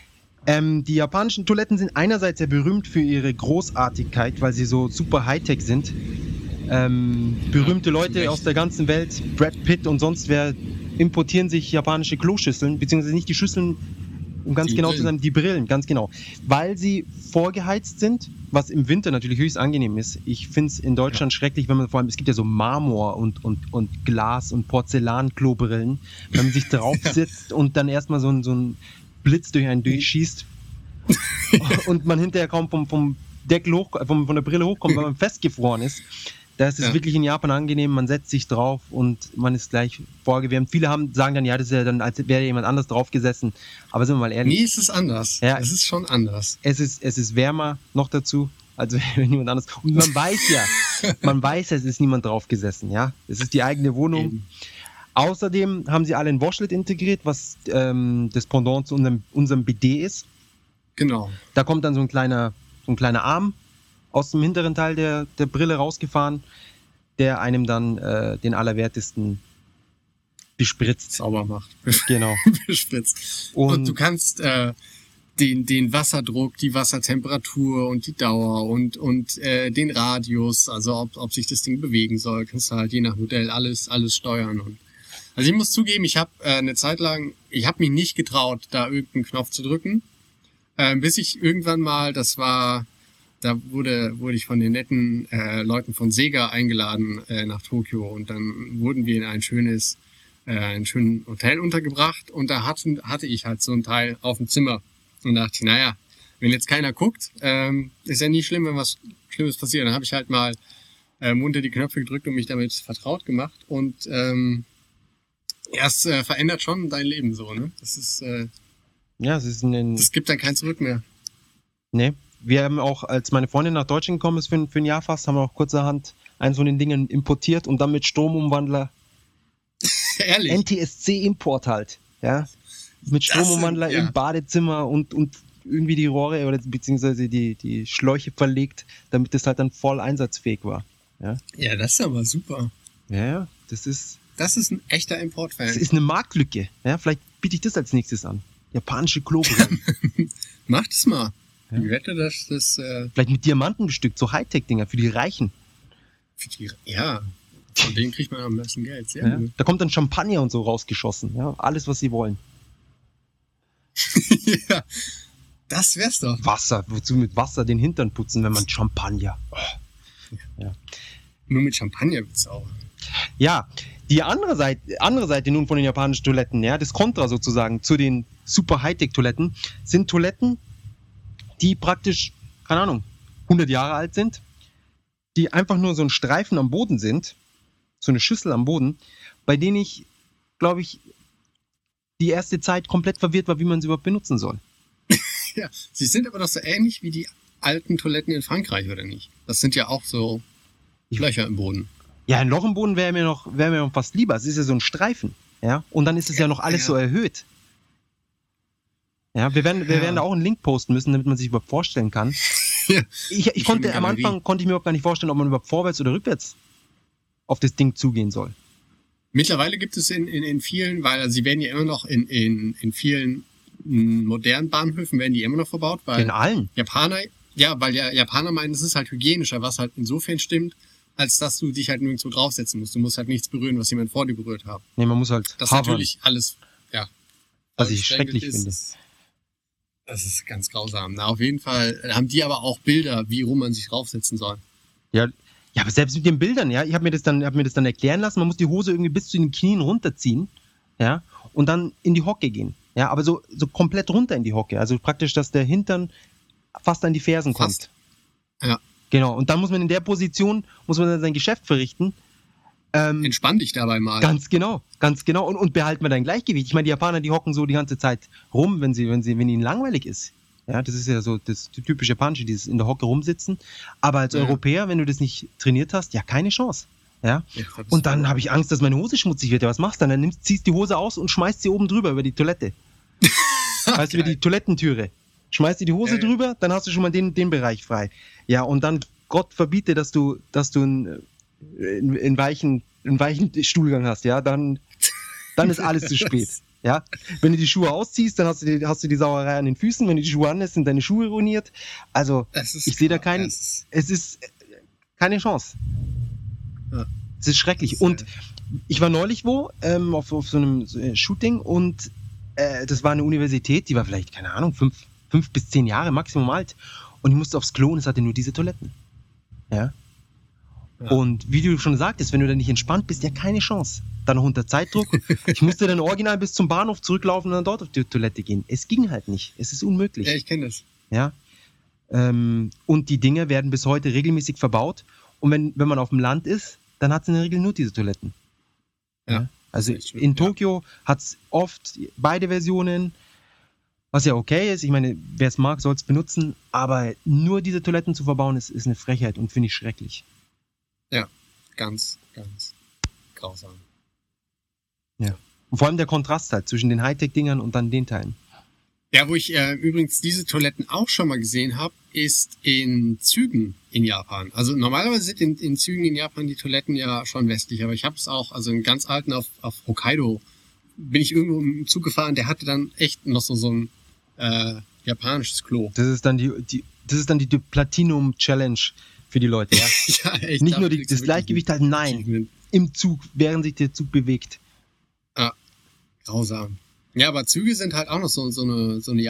Die japanischen Toiletten sind einerseits sehr berühmt für ihre Großartigkeit, weil sie so super Hightech sind. Berühmte Leute aus der ganzen Welt, Brad Pitt und sonst wer, importieren sich japanische Kloschüsseln, beziehungsweise nicht die Schüsseln, um ganz genau zu sein, die Brillen, ganz genau. Weil sie vorgeheizt sind, was im Winter natürlich höchst angenehm ist. Ich finde es in Deutschland schrecklich, wenn man vor allem, es gibt ja so Marmor und Glas- und Porzellan-Klobrillen, wenn man sich drauf sitzt und dann erstmal so ein Blitz durch einen durchschießt und man hinterher kaum vom Deckel hoch, von der Brille hochkommt, weil man festgefroren ist. Da ist es wirklich in Japan angenehm, man setzt sich drauf und man ist gleich vorgewärmt. Viele sagen dann, ja, das ist ja dann, als wäre jemand anders drauf gesessen. Aber sind wir mal ehrlich. Nee, es ist anders. Ja, es ist schon anders. Es ist wärmer noch dazu, also wenn jemand anders. Und man weiß ja, es ist niemand drauf gesessen, ja. Es ist die eigene Wohnung. Eben. Außerdem haben sie alle ein Washlet integriert, was das Pendant zu unserem Bidet ist. Genau. Da kommt dann so ein kleiner Arm aus dem hinteren Teil der Brille rausgefahren, der einem dann den Allerwertesten bespritzt. Sauber macht. Genau. Bespritzt. Und du kannst den Wasserdruck, die Wassertemperatur und die Dauer und den Radius, also ob sich das Ding bewegen soll, kannst du halt je nach Modell alles steuern. Also ich muss zugeben, ich habe eine Zeit lang, ich habe mich nicht getraut, da irgendeinen Knopf zu drücken, bis ich irgendwann mal, da wurde ich von den netten Leuten von Sega eingeladen nach Tokio und dann wurden wir in ein schönen Hotel untergebracht und da hatte ich halt so ein Teil auf dem Zimmer und dachte, naja, wenn jetzt keiner guckt, ist ja nicht schlimm, wenn was Schlimmes passiert. Dann habe ich halt mal munter die Knöpfe gedrückt und mich damit vertraut gemacht und es verändert schon dein Leben so, ne? Das ist das gibt dann kein Zurück mehr. Nee. Wir haben auch, als meine Freundin nach Deutschland gekommen ist für ein Jahr fast, haben wir auch kurzerhand eins von den Dingen importiert und dann mit Stromumwandler. Ehrlich? NTSC-Import halt, ja. Mit Stromumwandler im Badezimmer und irgendwie die Rohre oder beziehungsweise die Schläuche verlegt, damit das halt dann voll einsatzfähig war. Ja, das ist aber super. Ja, das ist ein echter Importfan. Das ist eine Marktlücke. Ja, vielleicht biete ich das als nächstes an. Japanische Klobrillen. Mach das mal. Ja. Ich wette, dass das... Vielleicht mit Diamanten bestückt, so Hightech-Dinger für die Reichen. Von denen kriegt man am meisten Geld. Sehr gut. Da kommt dann Champagner und so rausgeschossen. Ja, alles, was sie wollen. Ja, das wär's doch. Wasser, wozu mit Wasser den Hintern putzen, wenn man Champagner... Ja. Nur mit Champagner wird's auch. Ja, die andere Seite nun von den japanischen Toiletten, ja, das Kontra sozusagen zu den super Hightech-Toiletten, sind Toiletten, die praktisch, keine Ahnung, 100 Jahre alt sind, die einfach nur so ein Streifen am Boden sind, so eine Schüssel am Boden, bei denen ich, glaube ich, die erste Zeit komplett verwirrt war, wie man sie überhaupt benutzen soll. Ja, sie sind aber doch so ähnlich wie die alten Toiletten in Frankreich, oder nicht? Das sind ja auch so Löcher im Boden. Ja, ein Loch im Boden wäre mir noch fast lieber. Es ist ja so ein Streifen, ja, und dann ist es ja noch alles so erhöht. Ja, wir werden da auch einen Link posten müssen, damit man sich überhaupt vorstellen kann. Ja, ich konnte am Anfang mir überhaupt gar nicht vorstellen, ob man überhaupt vorwärts oder rückwärts auf das Ding zugehen soll. Mittlerweile gibt es in vielen, weil sie werden ja immer noch in vielen modernen Bahnhöfen werden die immer noch verbaut, weil in allen. Japaner meinen, es ist halt hygienischer, was halt insofern stimmt, als dass du dich halt nirgendwo draufsetzen musst. Du musst halt nichts berühren, was jemand vor dir berührt hat. Nee, man muss halt das natürlich alles, was ich schrecklich finde. Das ist ganz grausam. Na, auf jeden Fall haben die aber auch Bilder, wie rum man sich draufsetzen soll. Ja, aber selbst mit den Bildern, ja, ich habe mir das dann erklären lassen, man muss die Hose irgendwie bis zu den Knien runterziehen, ja, und dann in die Hocke gehen. Ja, aber so komplett runter in die Hocke. Also praktisch, dass der Hintern fast an die Fersen kommt. Ja. Genau. Und dann muss man in der Position, dann sein Geschäft verrichten. Entspann dich dabei mal. Ganz genau. Und behalten wir dein Gleichgewicht. Ich meine, die Japaner, die hocken so die ganze Zeit rum, wenn ihnen langweilig ist. Ja, das ist ja so das typische Japanische, dieses in der Hocke rumsitzen. Aber als Europäer, wenn du das nicht trainiert hast, ja, keine Chance. Ja. Und dann habe ich Angst, dass meine Hose schmutzig wird. Ja, was machst du dann? Dann ziehst die Hose aus und schmeißt sie oben drüber über die Toilette. Weißt du, über die Toilettentüre. Schmeißt dir die Hose drüber, dann hast du schon mal den Bereich frei. Ja, und dann, Gott verbiete, dass du einen weichen Stuhlgang hast, ja, dann ist alles zu spät. Ja, wenn du die Schuhe ausziehst, dann hast du die Sauerei an den Füßen. Wenn du die Schuhe anlässt, sind deine Schuhe ruiniert. Also, ich sehe da es ist keine Chance. Ja. Es ist schrecklich. Und ich war neulich auf so einem Shooting und das war eine Universität, die war vielleicht, keine Ahnung, 5 bis 10 Jahre Maximum alt. Und ich musste aufs Klo und es hatte nur diese Toiletten. Ja. Und wie du schon sagtest, wenn du da nicht entspannt bist, ja keine Chance. Dann noch unter Zeitdruck. Ich musste dann original bis zum Bahnhof zurücklaufen und dann dort auf die Toilette gehen. Es ging halt nicht. Es ist unmöglich. Ja, ich kenne das. Ja. Und die Dinger werden bis heute regelmäßig verbaut. Und wenn man auf dem Land ist, dann hat es in der Regel nur diese Toiletten. Ja. Also in Tokio hat es oft beide Versionen, was ja okay ist. Ich meine, wer es mag, soll es benutzen. Aber nur diese Toiletten zu verbauen, ist eine Frechheit und finde ich schrecklich. Ja, ganz, ganz grausam. Ja. Und vor allem der Kontrast halt zwischen den Hightech-Dingern und dann den Teilen. Ja, wo ich übrigens diese Toiletten auch schon mal gesehen habe, ist in Zügen in Japan. Also normalerweise sind in Zügen in Japan die Toiletten ja schon westlich, aber ich habe es auch, also in ganz alten auf Hokkaido bin ich irgendwo im Zug gefahren, der hatte dann echt noch so ein japanisches Klo. Das ist dann die Platinum-Challenge für die Leute, ja? Ja, echt. Nicht nur das Gleichgewicht halten, nein, im Zug, während sich der Zug bewegt. Ah, grausam. Ja, aber Züge sind halt auch noch so eine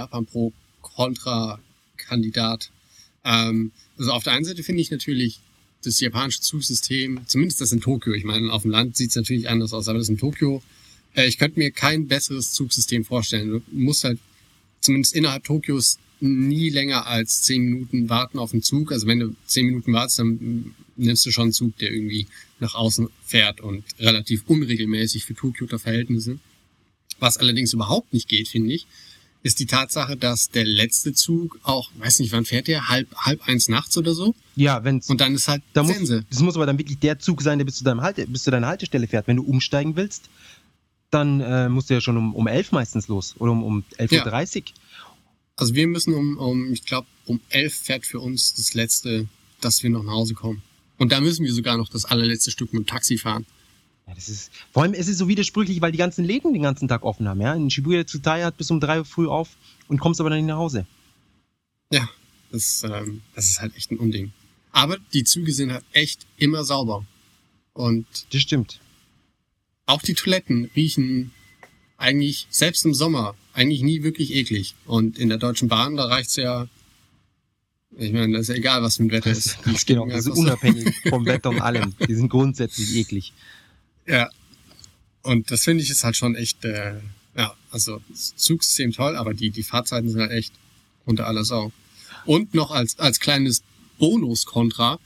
Japan-Pro-Kontra-Kandidat. Also auf der einen Seite finde ich natürlich das japanische Zugsystem, zumindest das in Tokio, ich meine, auf dem Land sieht es natürlich anders aus, aber das in Tokio, ich könnte mir kein besseres Zugsystem vorstellen. Du musst halt zumindest innerhalb Tokios nie länger als 10 Minuten warten auf den Zug. Also wenn du 10 Minuten wartest, dann nimmst du schon einen Zug, der irgendwie nach außen fährt und relativ unregelmäßig für Tokioter Verhältnisse. Was allerdings überhaupt nicht geht, finde ich, ist die Tatsache, dass der letzte Zug auch, weiß nicht, wann fährt der? Halb 1 nachts oder so? Ja, und dann ist halt Sense. Das muss aber dann wirklich der Zug sein, der bis zu deiner Haltestelle fährt. Wenn du umsteigen willst, dann musst du ja schon um 11 meistens los oder um 11.30 Uhr. Also wir müssen ich glaube, um 11 fährt für uns das letzte, dass wir noch nach Hause kommen. Und da müssen wir sogar noch das allerletzte Stück mit dem Taxi fahren. Ja, vor allem, es ist so widersprüchlich, weil die ganzen Läden den ganzen Tag offen haben. Ja? In Shibuya Tsutaya hat bis um 3 Uhr früh auf und kommst aber dann nicht nach Hause. Ja, das ist halt echt ein Unding. Aber die Züge sind halt echt immer sauber. Und das stimmt. Auch die Toiletten riechen eigentlich, selbst im Sommer, eigentlich nie wirklich eklig. Und in der Deutschen Bahn, da reicht's ja, ich meine, das ist ja egal, was für ein Wetter ist. Genau, das ist unabhängig vom Wetter und allem. Die sind grundsätzlich eklig. Ja. Und das finde ich ist halt schon echt, also das Zugsystem toll, aber die Fahrzeiten sind halt echt unter aller Sau. Und noch als kleines Bonus-Kontra,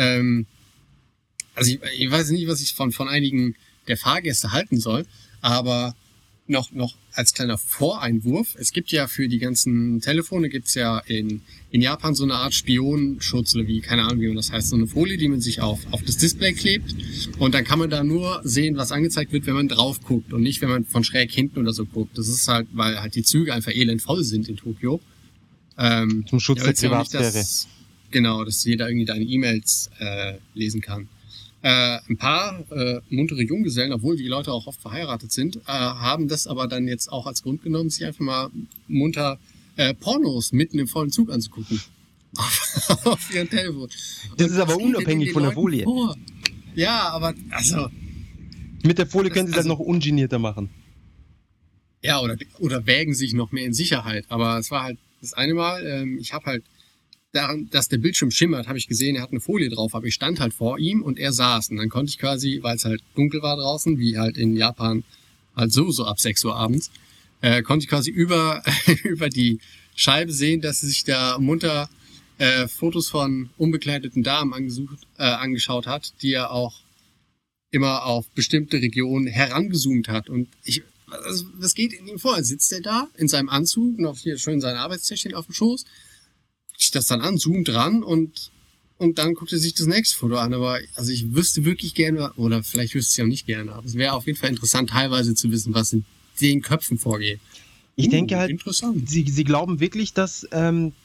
also ich weiß nicht, was ich von einigen der Fahrgäste halten soll, aber noch als kleiner Voreinwurf, es gibt ja für die ganzen Telefone, gibt's ja in Japan so eine Art Spionenschutz oder keine Ahnung, wie man das heißt, so eine Folie, die man sich auf das Display klebt und dann kann man da nur sehen, was angezeigt wird, wenn man drauf guckt und nicht, wenn man von schräg hinten oder so guckt. Das ist halt, weil halt die Züge einfach elend voll sind in Tokio. Zum Schutz der Privatsphäre. Genau, dass jeder irgendwie deine E-Mails lesen kann. Ein paar muntere Junggesellen, obwohl die Leute auch oft verheiratet sind, haben das aber dann jetzt auch als Grund genommen, sich einfach mal munter Pornos mitten im vollen Zug anzugucken. Auf ihrem Telefon. Das ist aber unabhängig von der Folie. Ja, aber also... Mit der Folie können sie das noch ungenierter machen. Ja, oder wägen sich noch mehr in Sicherheit. Aber es war halt das eine Mal, ich habe halt daran, dass der Bildschirm schimmert, habe ich gesehen, er hat eine Folie drauf, aber ich stand halt vor ihm und er saß. Und dann konnte ich quasi, weil es halt dunkel war draußen, wie halt in Japan halt sowieso ab 6 Uhr abends, konnte ich quasi über die Scheibe sehen, dass sie sich da munter Fotos von unbekleideten Damen angeschaut hat, die er auch immer auf bestimmte Regionen herangezoomt hat. Und also, was geht in ihm vor? Sitzt er da in seinem Anzug, noch hier schön sein Arbeitstäschchen auf dem Schoß, guckt das dann an, zoomt ran und dann guckt er sich das nächste Foto an. Aber also ich wüsste wirklich gerne, oder vielleicht wüsste ich es ja auch nicht gerne, aber es wäre auf jeden Fall interessant, teilweise zu wissen, was in den Köpfen vorgeht. Ich denke halt, sie glauben wirklich, dass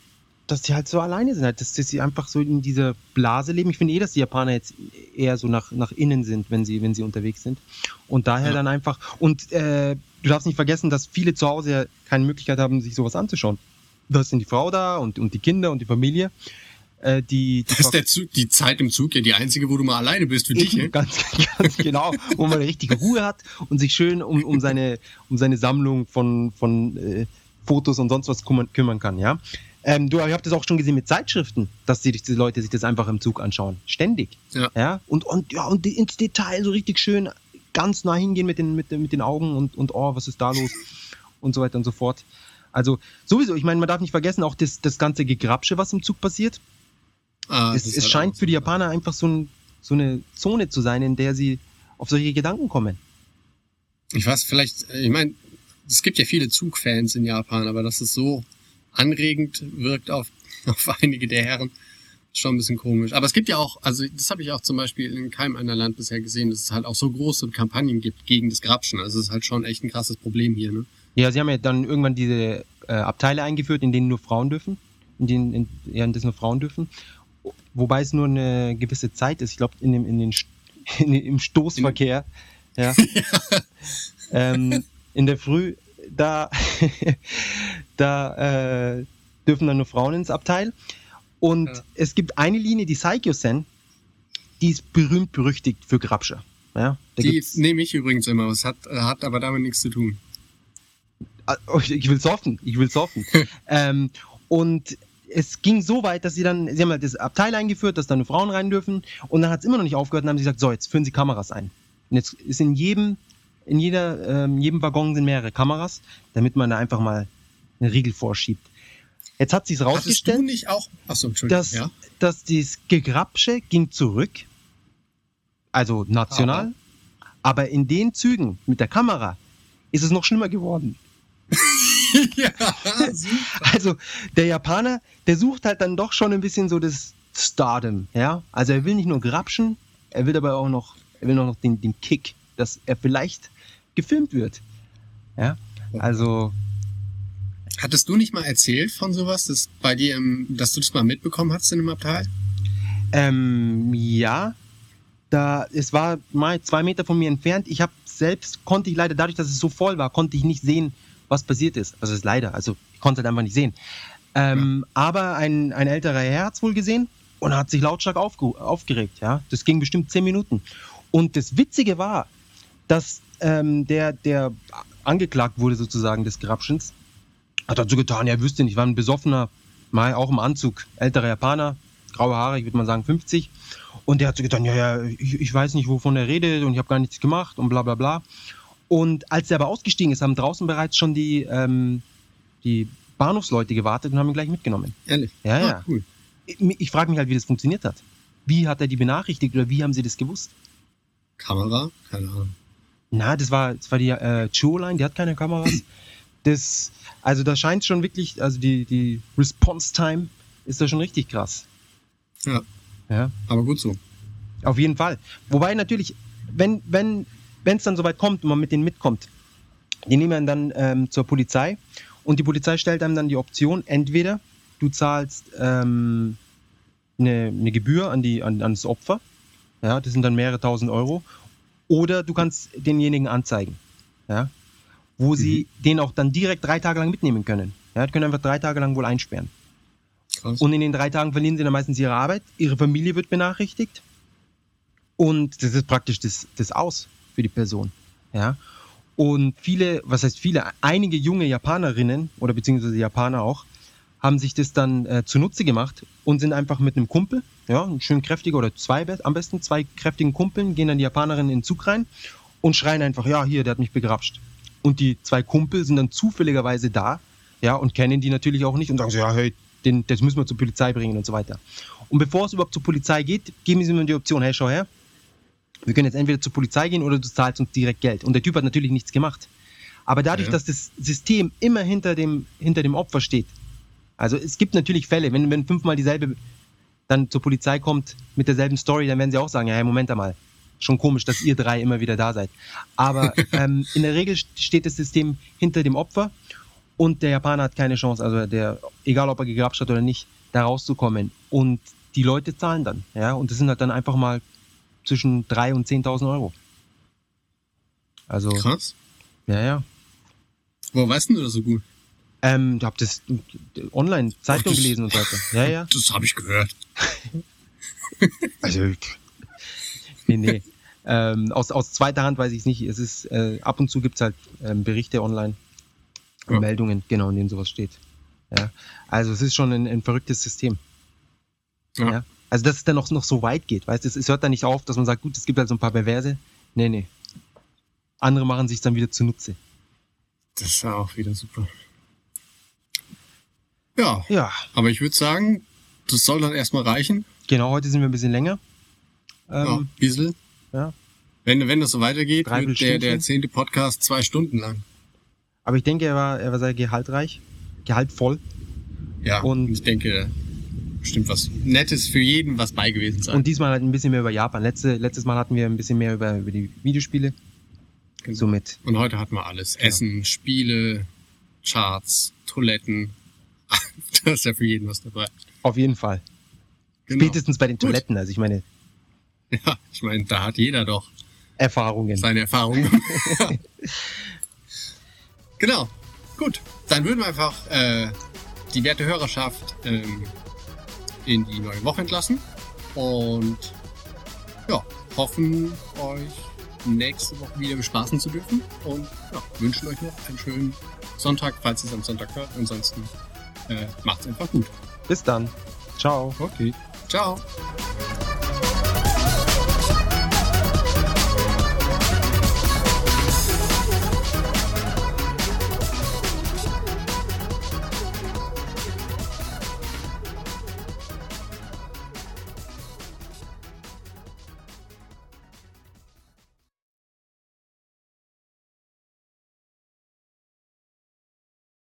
dass die halt so alleine sind, halt, dass sie einfach so in dieser Blase leben. Ich finde dass die Japaner jetzt eher so nach innen sind, wenn sie unterwegs sind. Und daher dann einfach, und du darfst nicht vergessen, dass viele zu Hause ja keine Möglichkeit haben, sich sowas anzuschauen. Da ist dann die Frau da und die Kinder und die Familie. Das ist die Zeit im Zug ja die einzige, wo du mal alleine bist für dich, ne? Ganz genau, wo man richtige Ruhe hat und sich schön um seine Sammlung von Fotos und sonst was kümmern kann, ja. Ich habe das auch schon gesehen mit Zeitschriften, dass die Leute sich das einfach im Zug anschauen. Ständig. Ja? Und ins Detail so richtig schön ganz nah hingehen mit den Augen und was ist da los und so weiter und so fort. Also sowieso, ich meine, man darf nicht vergessen, auch das ganze Gegrapsche, was im Zug passiert. Es scheint für die Japaner einfach so eine Zone zu sein, in der sie auf solche Gedanken kommen. Ich meine, es gibt ja viele Zugfans in Japan, aber dass es so anregend wirkt auf einige der Herren, ist schon ein bisschen komisch. Aber es gibt ja auch, also das habe ich auch zum Beispiel in keinem anderen Land bisher gesehen, dass es halt auch so große Kampagnen gibt gegen das Grapschen. Also es ist halt schon echt ein krasses Problem hier, ne? Ja, sie haben ja dann irgendwann diese Abteile eingeführt, in denen nur Frauen dürfen. In das nur Frauen dürfen. Wobei es nur eine gewisse Zeit ist. Ich glaube, im Stoßverkehr. Ja. In der Früh, da dürfen dann nur Frauen ins Abteil. Und es gibt eine Linie, die Saikyo-sen, die ist berühmt-berüchtigt für Grabscher. Ja, die nehme ich übrigens immer, es hat aber damit nichts zu tun. Ich will's hoffen. Und es ging so weit, dass sie haben halt das Abteil eingeführt, dass da nur Frauen rein dürfen. Und dann hat es immer noch nicht aufgehört und dann haben sie gesagt, so, jetzt führen sie Kameras ein. Und jetzt ist in jedem Waggon sind mehrere Kameras, damit man da einfach mal einen Riegel vorschiebt. Jetzt hat sich's rausgestellt, du nicht auch? Achso, Entschuldigung, dass das Gegrapsche ging zurück, also national, aber in den Zügen mit der Kamera ist es noch schlimmer geworden. Ja, super. Also der Japaner, der sucht halt dann doch schon ein bisschen so das Stardom, ja. Also er will nicht nur grapschen, er will aber auch noch den Kick, dass er vielleicht gefilmt wird. Ja, also. Hattest du nicht mal erzählt von sowas, dass dass du das mal mitbekommen hast in dem Abteil? Ja. Es war mal 2 Meter von mir entfernt. Konnte ich leider, dadurch, dass es so voll war, konnte ich nicht sehen, was passiert ist. Also es ist leider, also ich konnte es halt einfach nicht sehen. Aber ein älterer Herr hat es wohl gesehen und hat sich lautstark aufgeregt. Ja? Das ging bestimmt 10 Minuten. Und das Witzige war, dass der angeklagt wurde sozusagen des Grabschens, hat dazu getan, er wüsste nicht, war ein besoffener, mal auch im Anzug, älterer Japaner, graue Haare, ich würde mal sagen 50. Und der hat so getan, ich weiß nicht, wovon er redet und ich habe gar nichts gemacht und bla bla bla. Und als er aber ausgestiegen ist, haben draußen bereits schon die Bahnhofsleute gewartet und haben ihn gleich mitgenommen. Ehrlich? Ja. Cool. Ich frage mich halt, wie das funktioniert hat. Wie hat er die benachrichtigt oder wie haben sie das gewusst? Kamera? Keine Ahnung. Na, das war die Chuo-Line, die hat keine Kameras. Also da scheint schon wirklich, also die Response-Time ist da schon richtig krass. Ja. Aber gut so. Auf jeden Fall. Wobei natürlich, wenn es dann soweit kommt und man mit denen mitkommt, die nehmen dann zur Polizei und die Polizei stellt einem dann die Option, entweder du zahlst eine Gebühr an das Opfer, ja, das sind dann mehrere tausend Euro, oder du kannst denjenigen anzeigen, ja, wo sie den auch dann direkt 3 Tage lang mitnehmen können. Ja, die können einfach 3 Tage lang wohl einsperren. Krass. Und in den 3 Tagen verlieren sie dann meistens ihre Arbeit, ihre Familie wird benachrichtigt und das ist praktisch das Aus für die Person. Ja. Und einige junge Japanerinnen oder beziehungsweise Japaner auch, haben sich das dann zunutze gemacht und sind einfach mit einem Kumpel, ja, ein schön kräftiger oder am besten 2 kräftigen Kumpeln, gehen dann die Japanerinnen in den Zug rein und schreien einfach, ja, hier, der hat mich begrapscht. Und die 2 Kumpel sind dann zufälligerweise da, ja, und kennen die natürlich auch nicht und sagen so, ja, hey, das müssen wir zur Polizei bringen und so weiter. Und bevor es überhaupt zur Polizei geht, geben sie mir die Option, hey, schau her, wir können jetzt entweder zur Polizei gehen oder du zahlst uns direkt Geld. Und der Typ hat natürlich nichts gemacht. Aber dadurch, dass das System immer hinter dem Opfer steht, also es gibt natürlich Fälle, wenn 5-mal dieselbe dann zur Polizei kommt mit derselben Story, dann werden sie auch sagen, ja, hey, Moment einmal, schon komisch, dass ihr 3 immer wieder da seid. Aber in der Regel steht das System hinter dem Opfer und der Japaner hat keine Chance. Also egal ob er gegrapscht hat oder nicht, da rauszukommen. Und die Leute zahlen dann. Ja? Und das sind halt dann einfach mal zwischen 3.000 und 10.000 Euro. Also, Krass. ja. Wo weißt du das so gut? Ich hab das online, Zeitung gelesen und so weiter. Ja. Das habe ich gehört. Also, nee. Aus zweiter Hand weiß ich es nicht. Es ist, ab und zu gibt es halt Berichte online, Ja. Meldungen, genau, in denen sowas steht. Ja. Also es ist schon ein verrücktes System. Ja. Ja. Also dass es dann noch so weit geht, weißt du, es hört dann nicht auf, dass man sagt, gut, es gibt halt so ein paar Perverse. Nee. Andere machen sich dann wieder zunutze. Das ist ja auch wieder super. Ja, Ja, aber ich würde sagen, das soll dann erstmal reichen. genau, heute sind wir ein bisschen länger. Ja, ein bisschen. Ja. Wenn das so weitergeht, wird der Stündchen. 10. Podcast 2 Stunden lang. Aber ich denke, er war sehr gehaltvoll. Ja, Und- ich denke, bestimmt was Nettes für jeden, was bei gewesen sein. Und diesmal halt ein bisschen mehr über Japan. Letztes Mal hatten wir ein bisschen mehr über die Videospiele. Genau. Somit. Und heute hatten wir alles. Essen, Spiele, Charts, Toiletten. Da ist ja für jeden was dabei. Auf jeden Fall. Genau. Spätestens bei den Gut. Toiletten. Also ich meine, Ja, ich meine, da hat jeder doch Erfahrungen. seine Erfahrungen. Genau. Gut. Dann würden wir einfach die werte Hörerschaft in die neue Woche entlassen. Und ja, hoffen, euch nächste Woche wieder bespaßen zu dürfen. Und ja, wünschen euch noch einen schönen Sonntag, falls ihr es am Sonntag hört. Ansonsten macht's einfach gut. Bis dann. Ciao. Okay. Ciao.